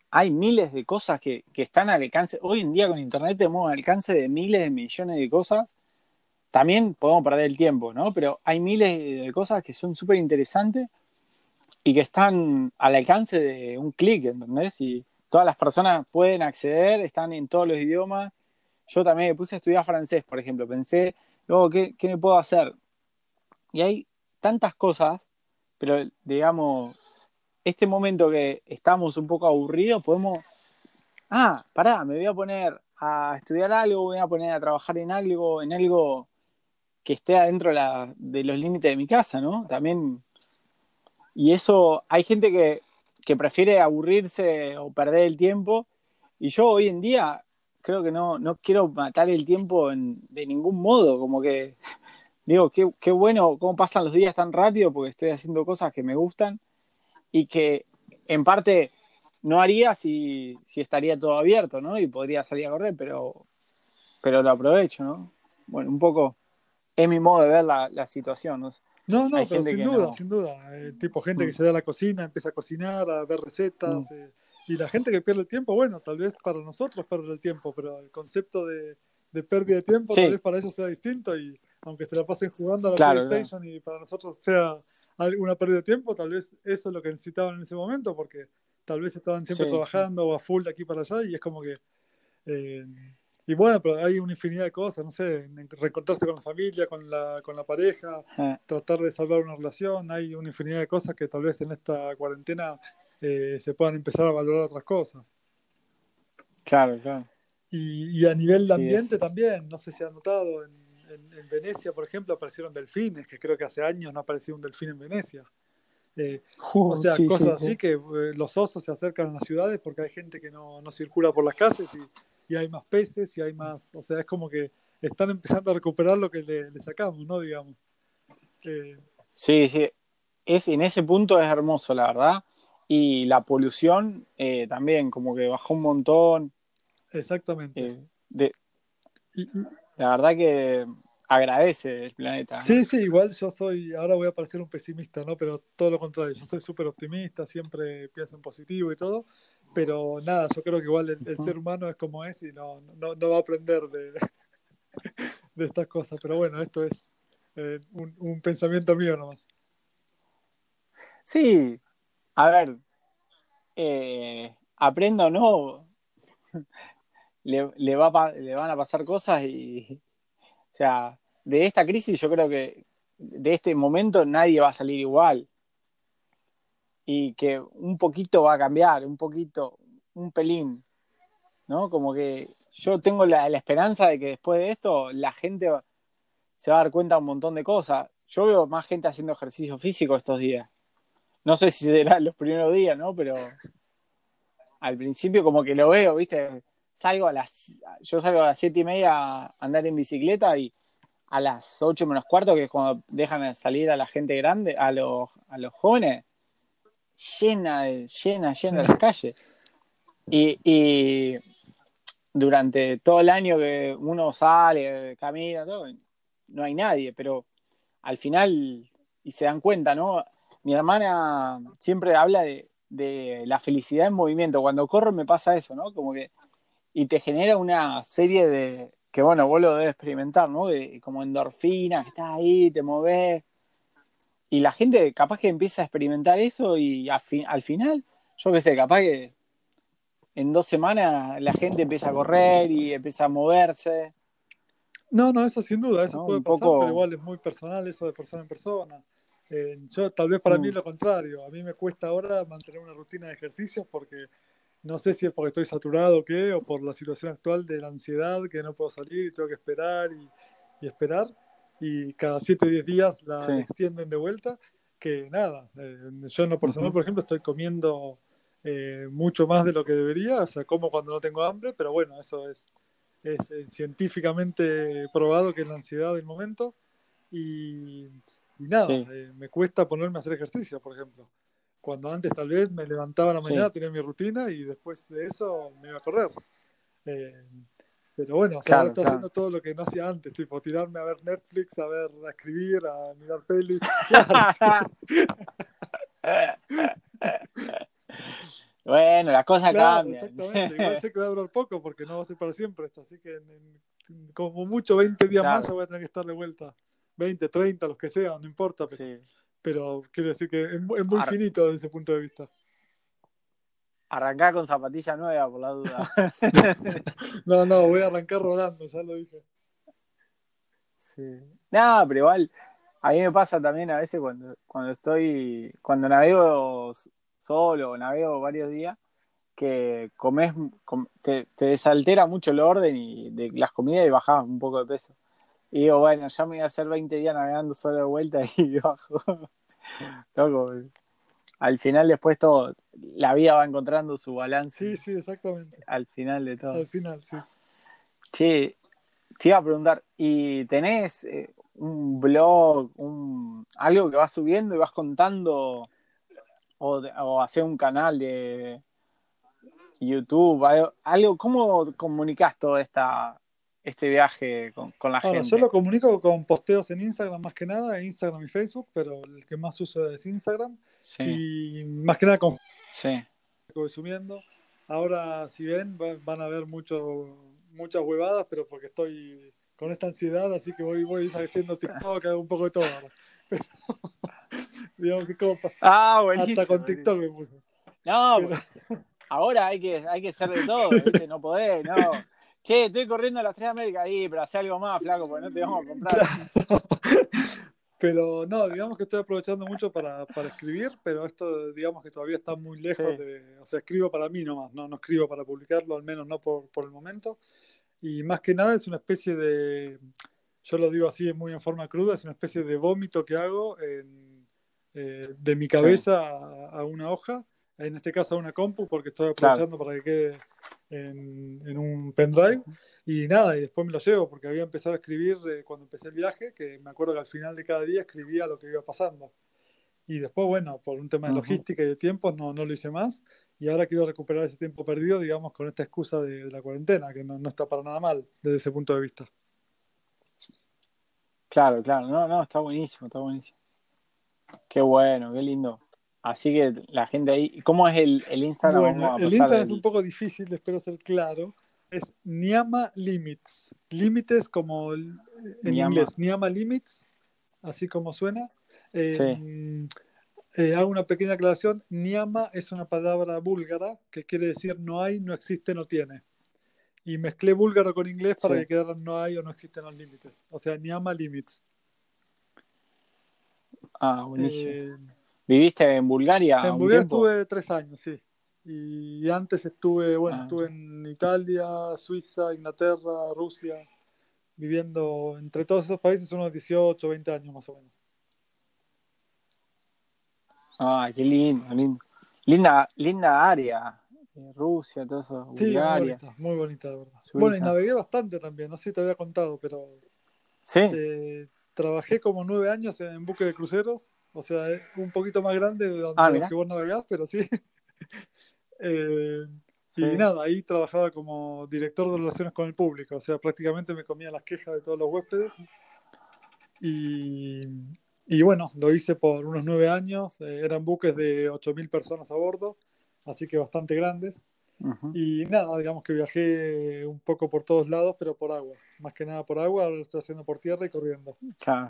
hay miles de cosas que están al alcance. Hoy en día con internet tenemos un alcance de miles de millones de cosas. También podemos perder el tiempo, ¿no? Pero hay miles de cosas que son súper interesantes y que están al alcance de un clic, ¿entendés? Y todas las personas pueden acceder, están en todos los idiomas. Yo también me puse a estudiar francés, por ejemplo. Pensé, luego, ¿qué me puedo hacer? Y hay tantas cosas, pero digamos, este momento que estamos un poco aburridos, podemos, pará, me voy a poner a estudiar algo, voy a poner a trabajar en algo que esté adentro de los límites de mi casa, ¿no? También, y eso, hay gente que prefiere aburrirse o perder el tiempo, y yo hoy en día creo que no quiero matar el tiempo de ningún modo, como que digo, qué bueno, cómo pasan los días tan rápido porque estoy haciendo cosas que me gustan y que en parte no haría si estaría todo abierto, ¿no? Y podría salir a correr, pero lo aprovecho, ¿no? Bueno, un poco es mi modo de ver la situación, ¿no? No, Hay no, pero gente que no. sin duda. Tipo gente que Mm, se da a la cocina, empieza a cocinar, a ver mm, recetas. Y la gente que pierde el tiempo, bueno, tal vez para nosotros pierde el tiempo, pero el concepto de pérdida de tiempo tal sí, vez para ellos sea distinto y aunque se la pasen jugando a la claro, claro. PlayStation y para nosotros sea una pérdida de tiempo, tal vez eso es lo que necesitaban en ese momento porque tal vez estaban siempre Sí, sí. trabajando o a full de aquí para allá y es como que eh, y bueno, pero hay una infinidad de cosas, no sé, reencontrarse con la familia, con la pareja, Eh, tratar de salvar una relación, hay una infinidad de cosas que tal vez en esta cuarentena se puedan empezar a valorar otras cosas. claro, claro. Y a nivel de Sí, ambiente eso. también, no sé si han notado, en Venecia, por ejemplo, aparecieron delfines, que creo que hace años no aparecía un delfín en Venecia. Eh, o sea, Sí, sí, cosas así sí. que los osos se acercan a las ciudades porque hay gente que no circula por las calles y hay más peces y hay más, o sea, es como que están empezando a recuperar lo que le sacamos, ¿no? Digamos. Eh, Sí, sí. En ese punto es hermoso, la verdad. Y la polución también, como que bajó un montón. exactamente. Eh, de, Y la verdad que agradece el planeta, ¿no? sí, sí, igual yo soy, ahora voy a parecer un pesimista, ¿no? Pero todo lo contrario, yo soy súper optimista, siempre pienso en positivo y todo, pero nada, yo creo que igual el Ujú. ser humano es como es y no va a aprender de estas cosas, pero bueno, esto es un pensamiento mío nomás. Sí, a ver, aprenda o no, le van a pasar cosas y, o sea, de esta crisis yo creo que de este momento nadie va a salir igual y que un poquito va a cambiar, un poquito, un pelín, ¿no? Como que yo tengo la esperanza de que después de esto la gente se va a dar cuenta de un montón de cosas. Yo veo más gente haciendo ejercicio físico estos días. No sé si será los primeros días, ¿no? Pero al principio como que lo veo, ¿viste? Yo salgo a las 7:30 a andar en bicicleta y a las 8 menos cuarto, que es cuando dejan salir a la gente grande, a los jóvenes, llena las calles. Y durante todo el año que uno sale, camina, todo, no hay nadie, pero al final, y se dan cuenta, ¿no? Mi hermana siempre habla de la felicidad en movimiento. Cuando corro me pasa eso, ¿no? Como que, y te genera una serie que bueno, vos lo debes experimentar, ¿no? Como endorfinas, que estás ahí, te movés. Y la gente capaz que empieza a experimentar eso y al final, yo qué sé, capaz que en 2 semanas la gente empieza a correr y empieza a moverse, No, no, eso sin duda, eso ¿no? puede Un pasar, pero poco. igual es muy personal eso de persona en persona. Yo tal vez para mí es lo contrario, a mí me cuesta ahora mantener una rutina de ejercicios porque no sé si es porque estoy saturado o qué, o por la situación actual de la ansiedad, que no puedo salir y tengo que esperar y esperar, y cada 7 o 10 días la Sí. extienden de vuelta, que nada, yo en lo personal, Uh-huh. por ejemplo, estoy comiendo mucho más de lo que debería, o sea, como cuando no tengo hambre, pero bueno, eso es científicamente probado que es la ansiedad del momento, y, y nada, Sí, me cuesta ponerme a hacer ejercicio, por ejemplo. Cuando antes tal vez me levantaba a la mañana, sí, tenía mi rutina y después de eso me iba a correr. Eh, pero bueno, o sea, ahora claro, estoy claro. haciendo todo lo que no hacía antes, tipo tirarme a ver Netflix, a escribir, a mirar pelis. Claro, sí. Bueno, las cosas Claro, cambian. exactamente. Igual sé que va a durar poco porque no va a ser para siempre esto. Así que como mucho 20 días más Claro, ya voy a tener que estar de vuelta. 20, 30, los que sean, no importa. sí. Pero quiero decir que es muy Ar- finito desde ese punto de vista. Arrancá con zapatillas nuevas por la duda. No, no, voy a arrancar rodando, ya lo dije. Sí. No, pero igual, a mí me pasa también a veces cuando navego solo o navego varios días, que te desaltera mucho el orden y de las comidas y bajás un poco de peso. Y digo, bueno, ya me voy a hacer 20 días navegando solo de vuelta y bajo. Loco, al final después todo, la vida va encontrando su balance Sí, sí, exactamente. al final de todo. Al final, sí. Che, te iba a preguntar, ¿y tenés un blog, algo que vas subiendo y vas contando o hacer un canal de YouTube, algo? ¿Cómo comunicás todo este viaje con la Ahora, yo gente? lo comunico con posteos en Instagram más que nada, en Instagram y Facebook, pero el que más uso es Instagram. Sí, Y más que nada con sí. que voy subiendo. Ahora, si ven, van a ver muchas huevadas, pero porque estoy con esta ansiedad, así que voy haciendo TikTok, hago un poco de todo ahora. Pero, digamos que Ah, hasta buenísimo, con TikTok buenísimo. me puse. No, Pero, ahora hay que hacer de sí. todo, ¿viste? No podés, no. Che, estoy corriendo a las 3 de América ahí, pero hace algo más, flaco, porque no te vamos a comprar. Claro. Pero no, digamos que estoy aprovechando mucho para escribir, pero esto digamos que todavía está muy lejos Sí, de, o sea, escribo para mí nomás, no escribo para publicarlo, al menos no por el momento. Y más que nada es una especie de, yo lo digo así muy en forma cruda, es una especie de vómito que hago de mi sí, cabeza a una hoja, en este caso a una compu, porque estoy claro. aprovechando para que quede en un pendrive. Y nada, y después me lo llevo, porque había empezado a escribir cuando empecé el viaje, que me acuerdo que al final de cada día escribía lo que iba pasando. Y después, bueno, por un tema de Ujú. logística y de tiempos, no lo hice más. Y ahora quiero recuperar ese tiempo perdido, digamos, con esta excusa de la cuarentena, que no está para nada mal desde ese punto de vista. Claro, claro. No, no, está buenísimo, está buenísimo. Qué bueno, qué lindo. Así que la gente ahí. ¿Cómo es el Instagram? Bueno, Vamos a el pasar Instagram es un el poco difícil, espero ser claro. Es Niama Limits. Límites como en Miyama. inglés, Niama Limits, así como suena. Sí. Hago una pequeña aclaración. Niama es una palabra búlgara que quiere decir no hay, no existe, no tiene. Y mezclé búlgaro con inglés para Sí. que quedaran no hay o no existen los límites. O sea, Niama Limits. Ah, buenísimo. Eh, ¿Viviste en Bulgaria en un Bulgaria tiempo? estuve 3 años, sí. Y antes estuve, bueno, Ah, estuve en Italia, Suiza, Inglaterra, Rusia, viviendo entre todos esos países unos 18, 20 años más o menos. qué lindo, lindo. Linda, linda área. Rusia, todo eso, Sí, Bulgaria, muy bonita, la verdad. Bueno, y Suiza. navegué bastante también, no sé si te había contado, pero Sí. trabajé como 9 años en buque de cruceros, o sea, un poquito más grande Ah, de los que mira. vos navegás, pero sí. Eh, y Sí. nada, ahí trabajaba como director de relaciones con el público, o sea, prácticamente me comía las quejas de todos los huéspedes. Y, y bueno, lo hice por unos 9 años, eran buques de 8.000 personas a bordo, así que bastante grandes. Ujú. Y nada, digamos que viajé un poco por todos lados, pero por agua. Más que nada por agua, ahora lo estoy haciendo por tierra y corriendo. Claro.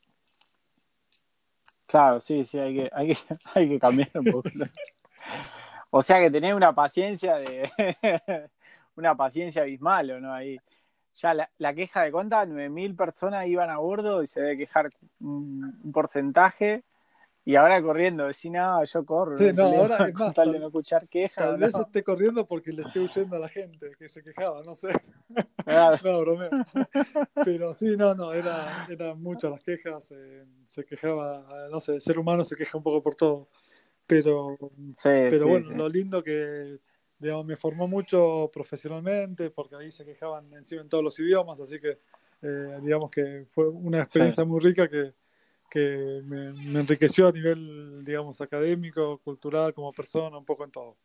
Claro, sí, sí, hay que cambiar un poco. O sea que tenés una paciencia una paciencia abismal, ¿o no? Ahí. Ya la queja de cuenta, 9.000 personas iban a bordo y se debe quejar un porcentaje. Y ahora corriendo, decís, no, yo corro, no Sí, hay no, problema, ahora es con más, tal de no escuchar tal quejas, vez ¿no? esté corriendo porque le esté huyendo a la gente que se quejaba, no sé. Claro. No, bromeo. Pero sí, no, eran muchas las quejas. Se quejaba, no sé, el ser humano se queja un poco por todo. Pero, Sí, pero sí, bueno, sí. lo lindo que, digamos, me formó mucho profesionalmente, porque ahí se quejaban encima en todos los idiomas, así que, digamos que fue una Sí. experiencia muy rica que me enriqueció a nivel, digamos, académico, cultural, como persona, un poco en todo.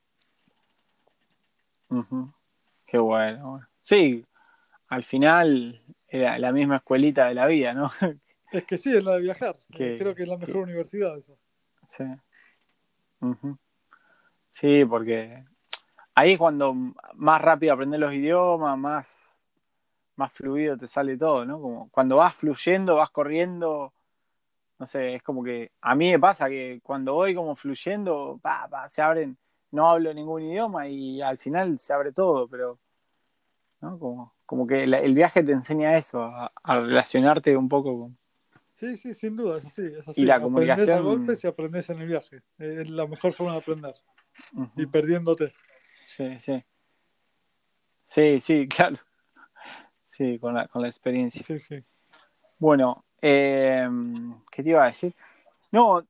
Ujú. Qué bueno, bueno. Sí, al final era la misma escuelita de la vida, ¿no? Es que sí, es la de viajar. Creo que, que es la que, mejor universidad esa. sí. Ujú. Sí, porque ahí es cuando más rápido aprendes los idiomas, más fluido te sale todo, ¿no? Como cuando vas fluyendo, vas corriendo, no sé, es como que a mí me pasa que cuando voy como fluyendo, se abren, no hablo ningún idioma y al final se abre todo, pero, ¿no? Como que el viaje te enseña eso, a relacionarte un poco con... Sí, sí, sin duda, es así, es Y así. la Aprendes a comunicación, golpes y aprendes en el viaje. Es la mejor forma de aprender. Y ujú, perdiéndote. sí, sí, sí, sí, claro, sí, con la experiencia. Sí, sí. Bueno, ¿qué te iba a decir? No,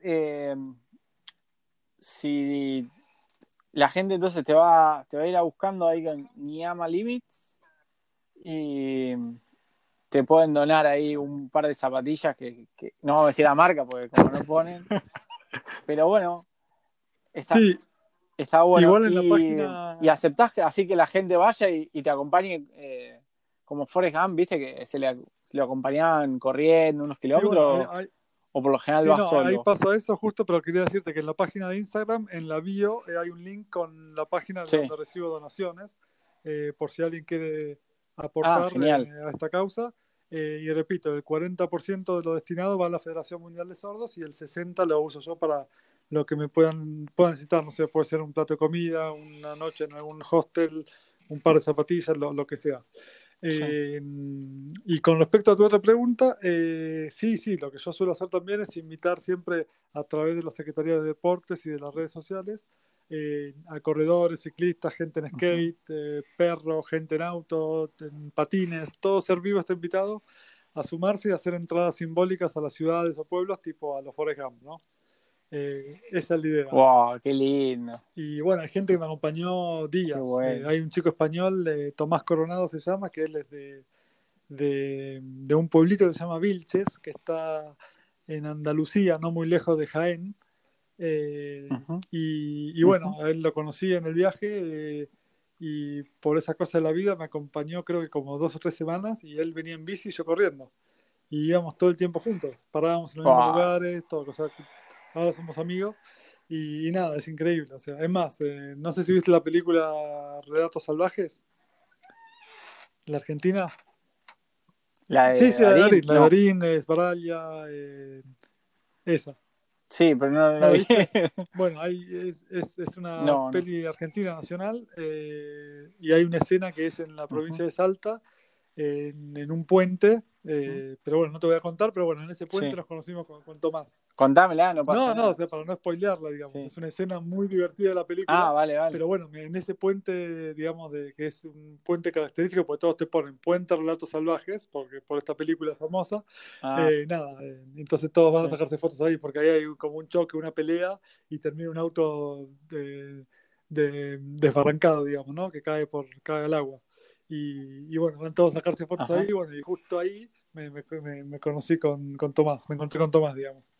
si la gente entonces te va a ir a buscando ahí con Niama Limits y te pueden donar ahí un par de zapatillas que no vamos a decir la marca porque como no ponen, pero bueno, está, Sí, está bueno. igual en la Y página. aceptás así que la gente vaya y te acompañe como Forrest Gump, viste que se le acompañaban corriendo unos Sí, bueno, kilómetros o por lo general sí, va no, ahí solo. pasó eso justo, pero quería decirte que en la página de Instagram, en la bio, hay un link con la página de Sí. donde recibo donaciones, por si alguien quiere Ah, aportar genial. a esta causa. Y repito, el 40% de lo destinado va a la Federación Mundial de Sordos y el 60% lo uso yo para lo que me puedan necesitar. No sé, puede ser un plato de comida, una noche en algún hostel, un par de zapatillas, lo que sea. Sí. Y con respecto a tu otra pregunta, sí, sí, lo que yo suelo hacer también es invitar siempre a través de la Secretaría de Deportes y de las redes sociales a corredores, ciclistas, gente en Ujú. skate, perros, gente en auto, en patines, todo ser vivo está invitado a sumarse y a hacer entradas simbólicas a las ciudades o pueblos tipo a los Forest Gump, ¿no? Esa es la idea. Wow, qué lindo. Y bueno, hay gente que me acompañó Qué días. bueno. Hay un chico español, Tomás Coronado se llama, que él es de un pueblito que se llama Vilches, que está en Andalucía, no muy lejos de Jaén. Ujú, Y ujú. bueno, a él lo conocí en el viaje y por esa cosa de la vida me acompañó creo que como 2 o 3 semanas y él venía en bici y yo corriendo. Y íbamos todo el tiempo juntos, parábamos en los mismos Wow. lugares, todo, o sea, ahora somos amigos y nada, es increíble. O sea, es más, no sé si viste la película Relatos Salvajes, la Argentina. La Sí, de sí, Darín, La de no. Darín, Esbaraglia, esa. Sí, pero no ¿No la la vi. viste? Bueno, es una No, no. peli argentina nacional y hay una escena que es en la Ujú, provincia de Salta, en un puente, ujú. pero bueno, no te voy a contar, pero bueno, en ese puente Sí. nos conocimos con Tomás. Contámela, no pasa No, no, o nada. sea, para no spoilearla, digamos, Sí. es una escena muy divertida de la Ah, película, vale, vale. pero bueno, en ese puente, digamos, que es un puente característico, porque todos te ponen Puente Relatos Salvajes, porque por esta película famosa, Ah, nada, entonces todos van a sí. sacarse fotos ahí, porque ahí hay como un choque, una pelea, y termina un auto desbarrancado, digamos, ¿no? Que cae al agua. Y bueno, van todos a sacarse fotos ahí, Ajá. y bueno, y justo ahí me conocí con Tomás, me encontré con Tomás, digamos.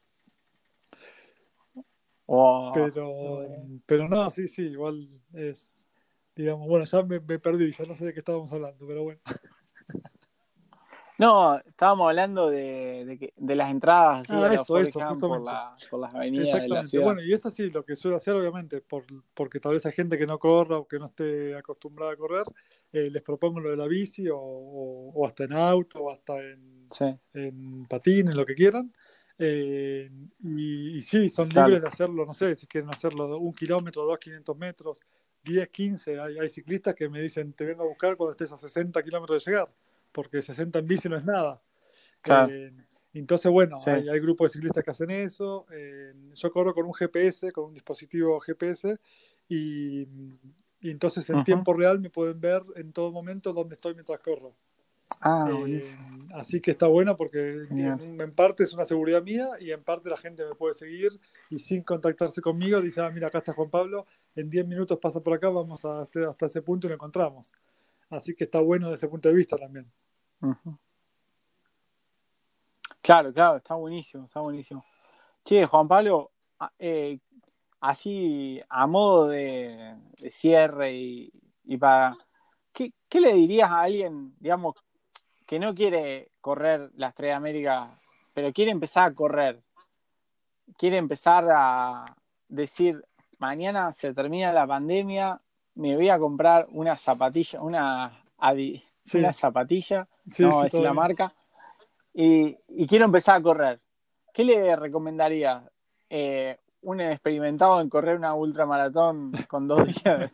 Wow, qué Pero, bueno. pero no, sí, sí, igual es, digamos, bueno, ya me perdí, ya no sé de qué estábamos hablando, pero bueno. No, estábamos hablando de las entradas así Ah, a los Forest eso, Gump justamente. por las avenidas de la Exactamente. ciudad. Bueno, y eso sí, lo que suelo hacer, obviamente, porque tal vez hay gente que no corra o que no esté acostumbrada a correr, les propongo lo de la bici o hasta en auto o hasta Sí, en patines, lo que quieran. Eh, y sí, son libres claro. de hacerlo, no sé, si quieren hacerlo 1 kilómetro, 500 metros, 10, 15. Hay ciclistas que me dicen, te vengo a buscar cuando estés a 60 kilómetros de llegar, porque 60 en bici no es nada. Claro. Eh, entonces, bueno, Sí. hay grupos de ciclistas que hacen eso. Yo corro con un GPS, con un dispositivo GPS, y, y entonces en Ujú. tiempo real me pueden ver en todo momento dónde estoy mientras corro. Ah, Eh, buenísimo. Así que está bueno porque Genial. en parte es una seguridad mía y en parte la gente me puede seguir y sin contactarse conmigo dice, ah, mira, acá está Juan Pablo, en 10 minutos pasa por acá, vamos hasta ese punto y lo encontramos. Así que está bueno desde ese punto de vista también. Ujú. Claro, claro, está buenísimo, está buenísimo. Che, Juan Pablo, así a modo de cierre y para... ¿qué le dirías a alguien, digamos, que no quiere correr las Tres Américas, pero quiere empezar a correr? Quiere empezar a decir, mañana se termina la pandemia, me voy a comprar una zapatilla, una Sí, zapatilla, no sí, vamos a sí, decir todo la bien. marca, y quiero empezar a correr. ¿Qué le recomendaría? Un experimentado en correr una ultramaratón con 2 días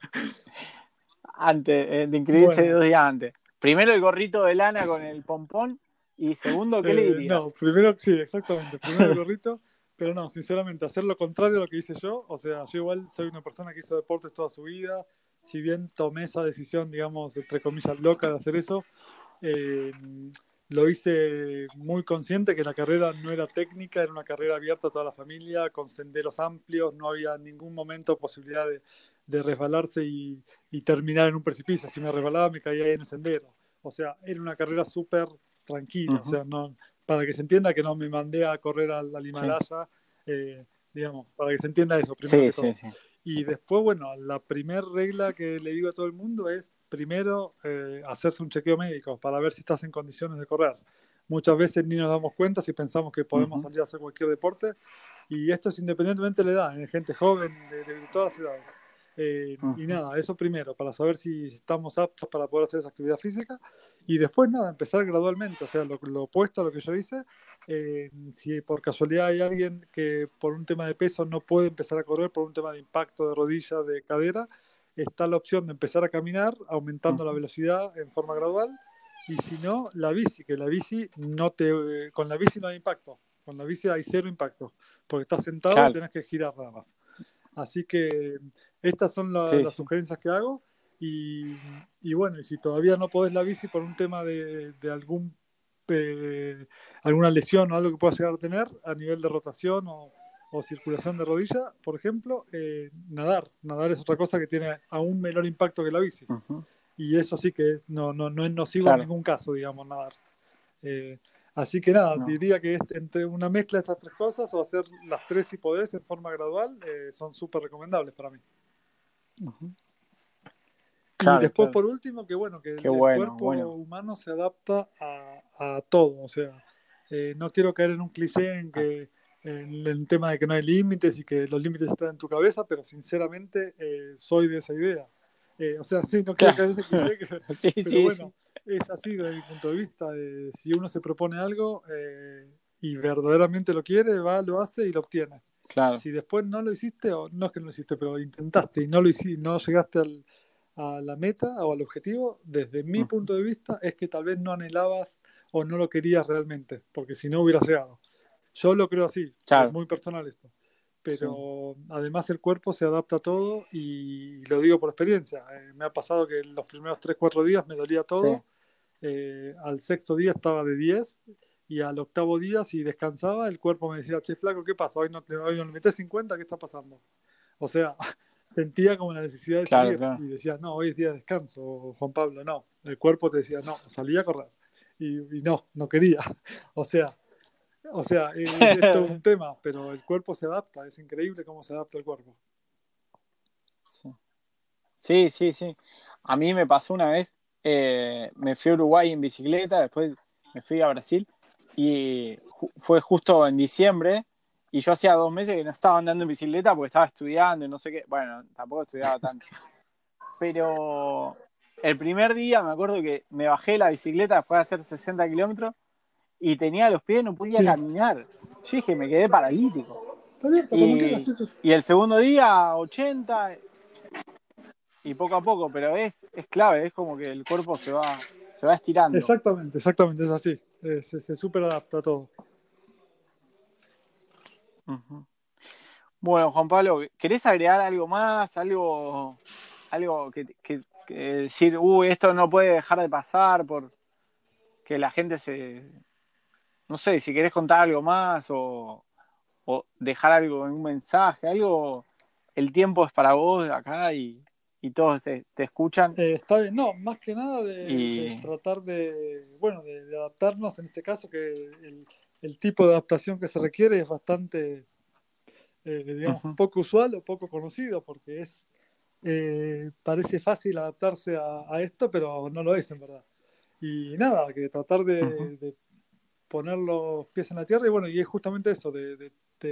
antes, de inscribirse Bueno, 2 días antes. Primero el gorrito de lana con el pompón y segundo, ¿qué le no, dirías? primero, sí, exactamente, primero el gorrito, pero no, sinceramente, hacer lo contrario a lo que hice yo, o sea, yo igual soy una persona que hizo deportes toda su vida, si bien tomé esa decisión, digamos, entre comillas, loca de hacer eso, eh, lo hice muy consciente que la carrera no era técnica, era una carrera abierta a toda la familia, con senderos amplios, no había en ningún momento posibilidad de resbalarse y terminar en un precipicio. Si me resbalaba, me caía ahí en el sendero. O sea, era una carrera súper tranquila. O Ujú. sea, no, para que se entienda que no me mandé a correr al Sí, Himalaya, digamos, para que se entienda eso, primero sí, que sí, todo. sí. Y después, bueno, la primera regla que le digo a todo el mundo es primero hacerse un chequeo médico para ver si estás en condiciones de correr. Muchas veces ni nos damos cuenta si pensamos que podemos Ujú, salir a hacer cualquier deporte y esto es independientemente de la edad, en gente joven, de todas las edades. Y ujú, nada, eso primero, para saber si estamos aptos para poder hacer esa actividad física. Y después, nada, empezar gradualmente, o sea, lo opuesto a lo que yo hice. Si por casualidad hay alguien que por un tema de peso no puede empezar a correr, por un tema de impacto de rodilla, de cadera, está la opción de empezar a caminar, aumentando la ujú. velocidad en forma gradual. Y si no, la bici, que la bici no te, con la bici no hay impacto, con la bici hay cero impacto, porque estás sentado y Claro, tenés que girar nada más. Así que estas son sí, las sí. sugerencias que hago. Y, y bueno, y si todavía no podés la bici por un tema de eh, alguna lesión o algo que puedas llegar a tener a nivel de rotación o circulación de rodilla, por ejemplo, nadar. Nadar es otra cosa que tiene aún menor impacto que la bici. Ujú, Y eso sí que no es nocivo en claro, ningún caso, digamos, nadar. Eh, Así que nada, no. diría que entre una mezcla de estas tres cosas o hacer las tres si podés en forma gradual, son súper recomendables para mí. Ujú, Y claro, después, claro. por último, que bueno, que Qué el bueno, cuerpo bueno. humano se adapta a todo. O sea, no quiero caer en un cliché Ah, en el tema de que no hay límites y que los límites están en tu cabeza, pero sinceramente soy de esa idea. O sea, sí, no quiero claro. caer en ese cliché, Sí, pero sí, sí. bueno, es así desde mi punto de vista. Si uno se propone algo y verdaderamente lo quiere, va, lo hace y lo obtiene. Claro. Si después no lo hiciste, o no es que no lo hiciste, pero intentaste y no lo hiciste, no llegaste a la meta o al objetivo, desde mi Ujú, punto de vista, es que tal vez no anhelabas o no lo querías realmente, porque si no hubieras llegado. Yo lo creo así, es claro, muy personal esto. sí. Pero además el cuerpo se adapta a todo y lo digo por experiencia. Me ha pasado que los primeros 3 4 días me dolía Sí, todo, al sexto día estaba de 10 y al octavo día si descansaba el cuerpo me decía, che flaco, ¿qué pasa? Hoy no le metés 50, ¿qué está pasando? O sea, sentía como la necesidad de claro, salir claro. y decía, no, hoy es día de descanso, Juan Pablo, no. El cuerpo te decía, no, salí a correr. Y no quería. O sea, es todo un tema, pero el cuerpo se adapta, es increíble cómo se adapta el cuerpo. Sí, sí, sí, sí. A mí me pasó una vez, me fui a Uruguay en bicicleta, después me fui a Brasil y fue justo en diciembre y yo hacía 2 meses que no estaba andando en bicicleta porque estaba estudiando y no sé qué. Bueno, tampoco estudiaba tanto. Pero el primer día me acuerdo que me bajé de la bicicleta después de hacer 60 kilómetros y tenía los pies, no podía Sí, caminar. Yo dije, me quedé paralítico. está bien, está como quieras, Y, sí, sí. y el segundo día, 80, y poco a poco, pero es clave, es como que el cuerpo se va estirando. Exactamente, exactamente, es así. Se super adapta a todo. Ujú. Bueno, Juan Pablo, ¿querés agregar algo más? Algo que decir, uy, esto no puede dejar de pasar por que la gente se... No sé, si querés contar algo más o dejar algo en un mensaje, algo, el tiempo es para vos acá y todos te escuchan Está bien, no, más que nada de y... tratar bueno, de adaptarnos, en este caso, que el tipo de adaptación que se requiere es bastante, digamos, Ujú, poco usual o poco conocido, porque parece fácil adaptarse a esto, pero no lo es en verdad. Y nada, que tratar ujú, de poner los pies en la tierra y bueno, y es justamente eso,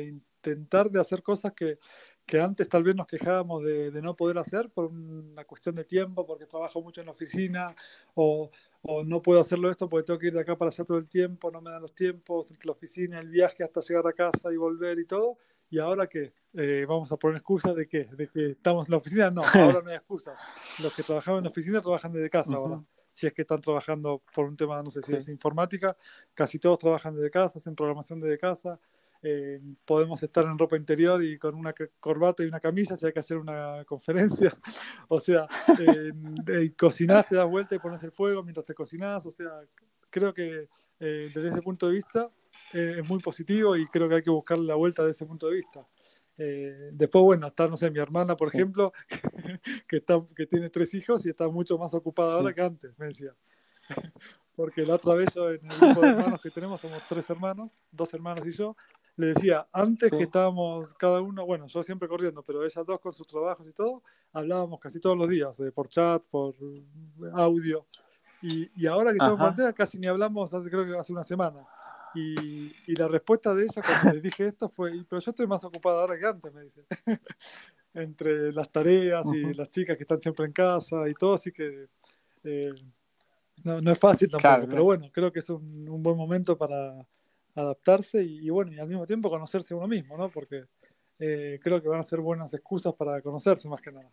intentar de hacer cosas que antes tal vez nos quejábamos de no poder hacer por una cuestión de tiempo, porque trabajo mucho en la oficina, o, o no puedo hacerlo esto porque tengo que ir de acá para allá todo el tiempo, no me dan los tiempos, entre la oficina, el viaje hasta llegar a casa y volver y todo. ¿Y ahora qué? ¿Vamos a poner excusas de qué? ¿De que estamos en la oficina? No, ahora no hay excusa. Los que trabajaban en la oficina trabajan desde casa ahora. Ujú, Si es que están trabajando por un tema, no sé si es sí, informática, casi todos trabajan desde casa, hacen programación desde casa. Podemos estar en ropa interior y con una corbata y una camisa si hay que hacer una conferencia. O sea, cocinás, te das vuelta y pones el fuego mientras te cocinás. O sea, creo que desde ese punto de vista es muy positivo y creo que hay que buscar la vuelta de ese punto de vista. Después, bueno, está, no sé, mi hermana, por sí, ejemplo, que tiene 3 hijos y está mucho más ocupada ahora sí, que antes, me decía. Porque la otra vez yo en el grupo de hermanos que tenemos, somos 3 hermanos, 2 hermanos y yo, le decía, antes que sí, estábamos cada uno, bueno, yo siempre corriendo, pero ellas dos con sus trabajos y todo, hablábamos casi todos los días, por chat, por audio. Y ahora que estamos en ajá, cuarentena, casi ni hablamos, creo que hace una semana. Y la respuesta de ella cuando les dije esto fue, pero yo estoy más ocupada ahora que antes, me dice. Entre las tareas y ujú, las chicas que están siempre en casa y todo, así que eh, no es fácil tampoco, claro, pero claro. bueno, creo que es un buen momento para adaptarse y bueno, y al mismo tiempo conocerse uno mismo, ¿no? Porque creo que van a ser buenas excusas para conocerse más que nada.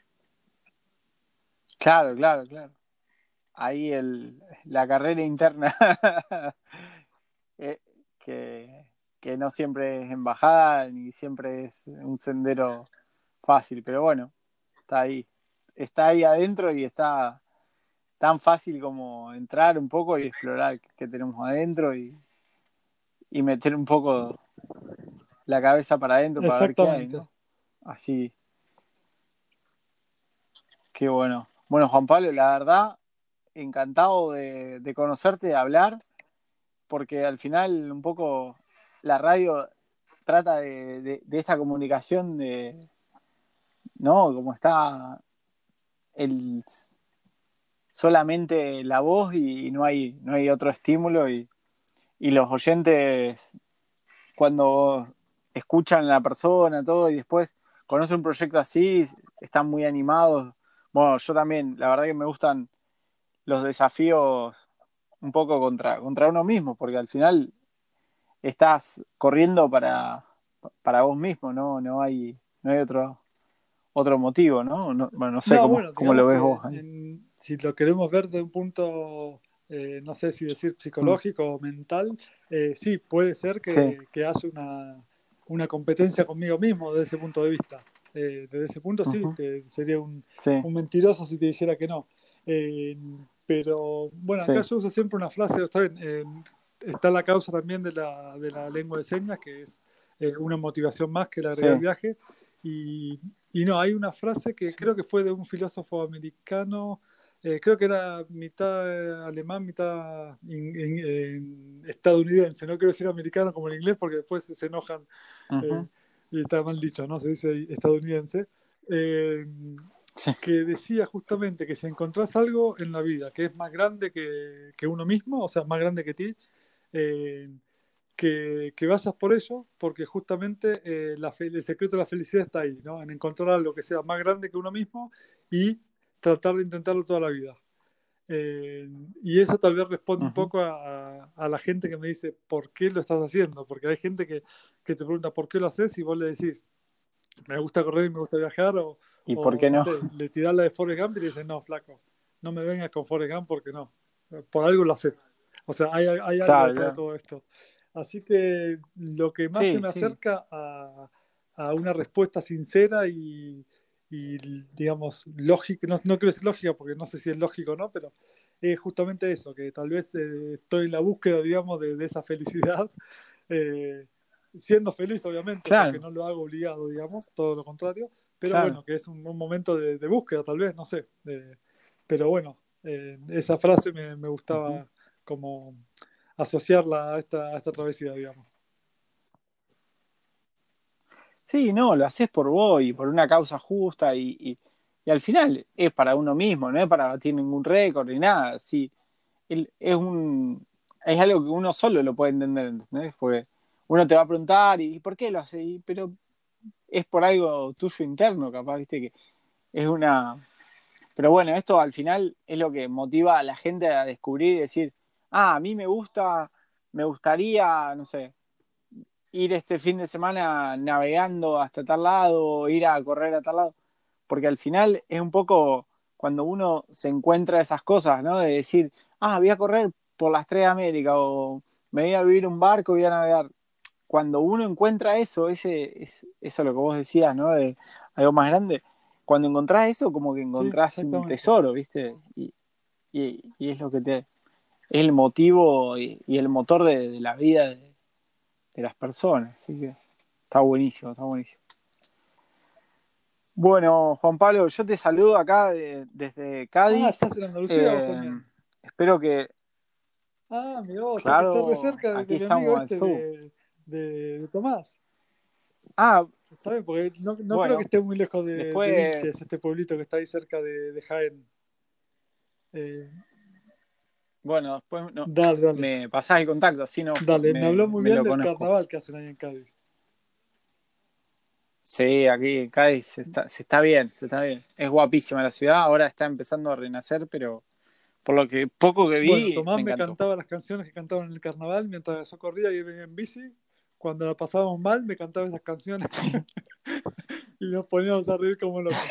Claro, claro, claro. Ahí la carrera interna eh, que, que no siempre es embajada ni siempre es un sendero fácil, pero bueno, está ahí. Está ahí adentro y está tan fácil como entrar un poco y explorar qué tenemos adentro y meter un poco la cabeza para adentro para ver qué hay, Exactamente. ¿no? Así, qué bueno. Bueno, Juan Pablo, la verdad, encantado de conocerte, de hablar, porque al final un poco la radio trata de esta comunicación de, ¿no? Como está el, solamente la voz y no hay otro estímulo y los oyentes cuando escuchan a la persona, todo, y después conocen un proyecto así, están muy animados. Bueno, yo también, la verdad que me gustan los desafíos un poco contra uno mismo, porque al final estás corriendo para vos mismo, ¿no? No hay otro motivo, ¿no? Bueno, no sé No, bueno, cómo digamos lo ves que vos ahí. si lo queremos ver de un punto, no sé si decir Mm, psicológico o mental, sí, puede ser sí, que haya una competencia conmigo mismo desde ese punto de vista. Desde ese punto sí, ujú, sería sí, un mentiroso si te dijera que no. Eh, pero bueno, acá sí, yo uso siempre una frase, está bien, está la causa también de la lengua de señas, que es una motivación más que le agrega el sí, viaje. Y, y no, hay una frase que sí. creo que fue de un filósofo americano, creo que era mitad alemán, mitad estadounidense, no quiero decir americano como en inglés porque después se enojan eh, Ujú, y está mal dicho, ¿no? Se dice estadounidense, eh, sí, que decía justamente que si encontrás algo en la vida que es más grande que uno mismo, o sea, más grande que ti, eh, que vayas por ello, porque justamente el secreto de la felicidad está ahí, ¿no? En encontrar algo que sea más grande que uno mismo y tratar de intentarlo toda la vida. Eh, y eso tal vez responde un ujú, poco a la gente que me dice, ¿por qué lo estás haciendo? Porque hay gente que te pregunta, ¿por qué lo haces? Y vos le decís, me gusta correr y me gusta viajar, ¿y por o qué no no? sé, le tirás la de Forrest Gump y le dices, no, flaco, no me vengas con Forrest Gump porque no, por algo lo haces. O sea, hay algo Claro, detrás de claro. todo esto. Así que lo que más se Sí, me sí, acerca a una respuesta sincera y, digamos, lógica, no quiero decir lógica porque no sé si es lógico o no, pero es justamente eso, que tal vez estoy en la búsqueda, digamos, de esa felicidad. eh, Siendo feliz, obviamente, porque claro, no lo hago obligado, digamos, todo lo contrario, pero claro. bueno, que es un momento de búsqueda, tal vez, no sé. Pero bueno, esa frase me Ujú. gustaba como asociarla a esta travesía, digamos. Sí, no, lo haces por vos y por una causa justa y al final es para uno mismo, no es para batir ningún récord ni nada. Sí, es algo que uno solo lo puede entender, ¿entendés? Porque uno te va a preguntar, ¿y por qué lo hace? Pero es por algo tuyo interno, capaz, viste, que es una... Pero bueno, esto al final es lo que motiva a la gente a descubrir y decir, a mí me gusta, me gustaría, no sé, ir este fin de semana navegando hasta tal lado, ir a correr a tal lado, porque al final es un poco cuando uno se encuentra esas cosas, ¿no? De decir, voy a correr por las tres de América o me voy a vivir un barco y voy a navegar. Cuando uno encuentra eso, eso es lo que vos decías, ¿no? De algo más grande. Cuando encontrás eso, como que Sí, encontrás un exactamente. tesoro, ¿viste? Y es lo que es el motivo y el motor de la vida de las personas. Así que está buenísimo, está buenísimo. Bueno, Juan Pablo, yo te saludo acá desde Ah, Cádiz. ¿estás en Andalucía vos Eh, también? espero que, Ah, mirá vos, o sea que estás re claro, cerca aquí de mi amigo estamos al este sur. de Tomás. Ah, Está bien, porque no creo que bueno, esté muy lejos de Vilches, después, este pueblito que está ahí cerca de Jaén. Eh, bueno, después no, dale, dale. me pasás el contacto, si no, Dale, me habló muy me bien lo del conozco. carnaval que hacen ahí en Cádiz. Sí, aquí en Cádiz se está bien, se está bien. Es guapísima la ciudad, ahora está empezando a renacer, pero por lo que poco que Bueno, vi, Tomás me me encantó. cantaba las canciones que cantaban en el carnaval mientras yo corría y venía en bici. Cuando la pasábamos mal, me cantaba esas canciones y nos poníamos a reír como locos.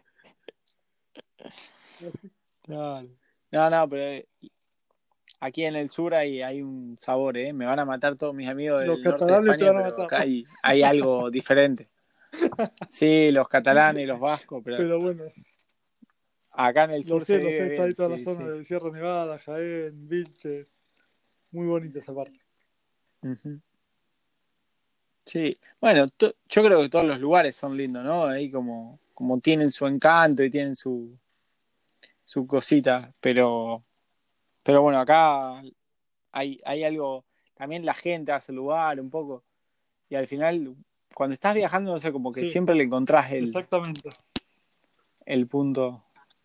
Claro. No, no, pero aquí en el sur hay un sabor, ¿eh? Me van a matar todos mis amigos Los del norte de catalanes te España, van a pero matar. acá hay algo diferente. Sí, los catalanes y los vascos, pero Pero bueno, acá en el sur se lo vive sé, está ahí bien, toda la sí, zona sí. de Sierra Nevada, Jaén, Vilches. Muy bonita esa parte. Ujú. Sí, bueno, yo creo que todos los lugares son lindos, ¿no? Ahí como tienen su encanto y tienen su cosita, pero bueno, acá hay algo, también la gente hace lugar un poco, y al final, cuando estás viajando, no sé, como que Sí, siempre le encontrás exactamente. el punto.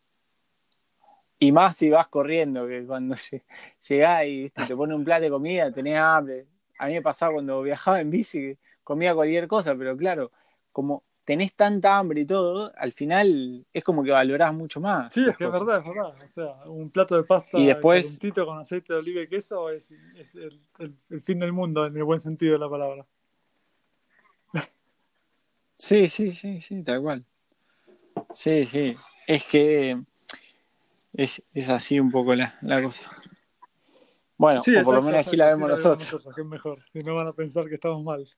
Y más si vas corriendo, que cuando llegás y ¿viste? Te pone un plato de comida, tenés hambre. A mí me pasaba cuando viajaba en bici, que comía cualquier cosa, pero claro, como tenés tanta hambre y todo, al final es como que valorás mucho más Sí, es las que es cosas. verdad, es verdad. O sea, un plato de Y pasta después, calentito con aceite de oliva y queso es el fin del mundo en el buen sentido de la palabra. sí, sí, sí, sí, tal cual. Sí, sí. Es que es así un poco la cosa. Bueno, Sí, o por lo exacto, menos así la exacto. Así vemos la vemos nosotros. nosotros, que es mejor. Si no van a pensar que estamos mal.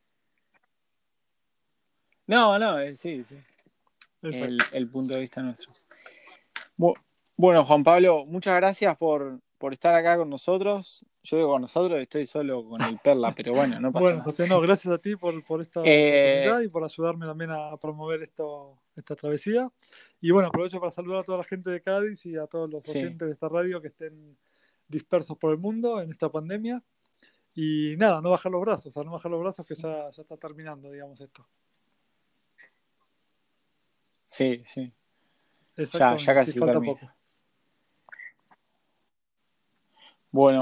No, no, sí, sí. Exacto. El punto de vista nuestro. Bu- Bueno, Juan Pablo, muchas gracias por estar acá con nosotros. Yo digo con nosotros, estoy solo con el Perla, pero bueno, no pasa Bueno, nada. José, no, gracias a ti por esta Eh, oportunidad y por ayudarme también a promover esta travesía. Y bueno, aprovecho para saludar a toda la gente de Cádiz y a todos los sí, oyentes de esta radio que estén dispersos por el mundo en esta pandemia. Y nada, no bajar los brazos, no bajar los brazos que sí, ya está terminando, digamos, esto. sí, sí. Ya Exactamente, sí, casi falta termina. poco. Bueno.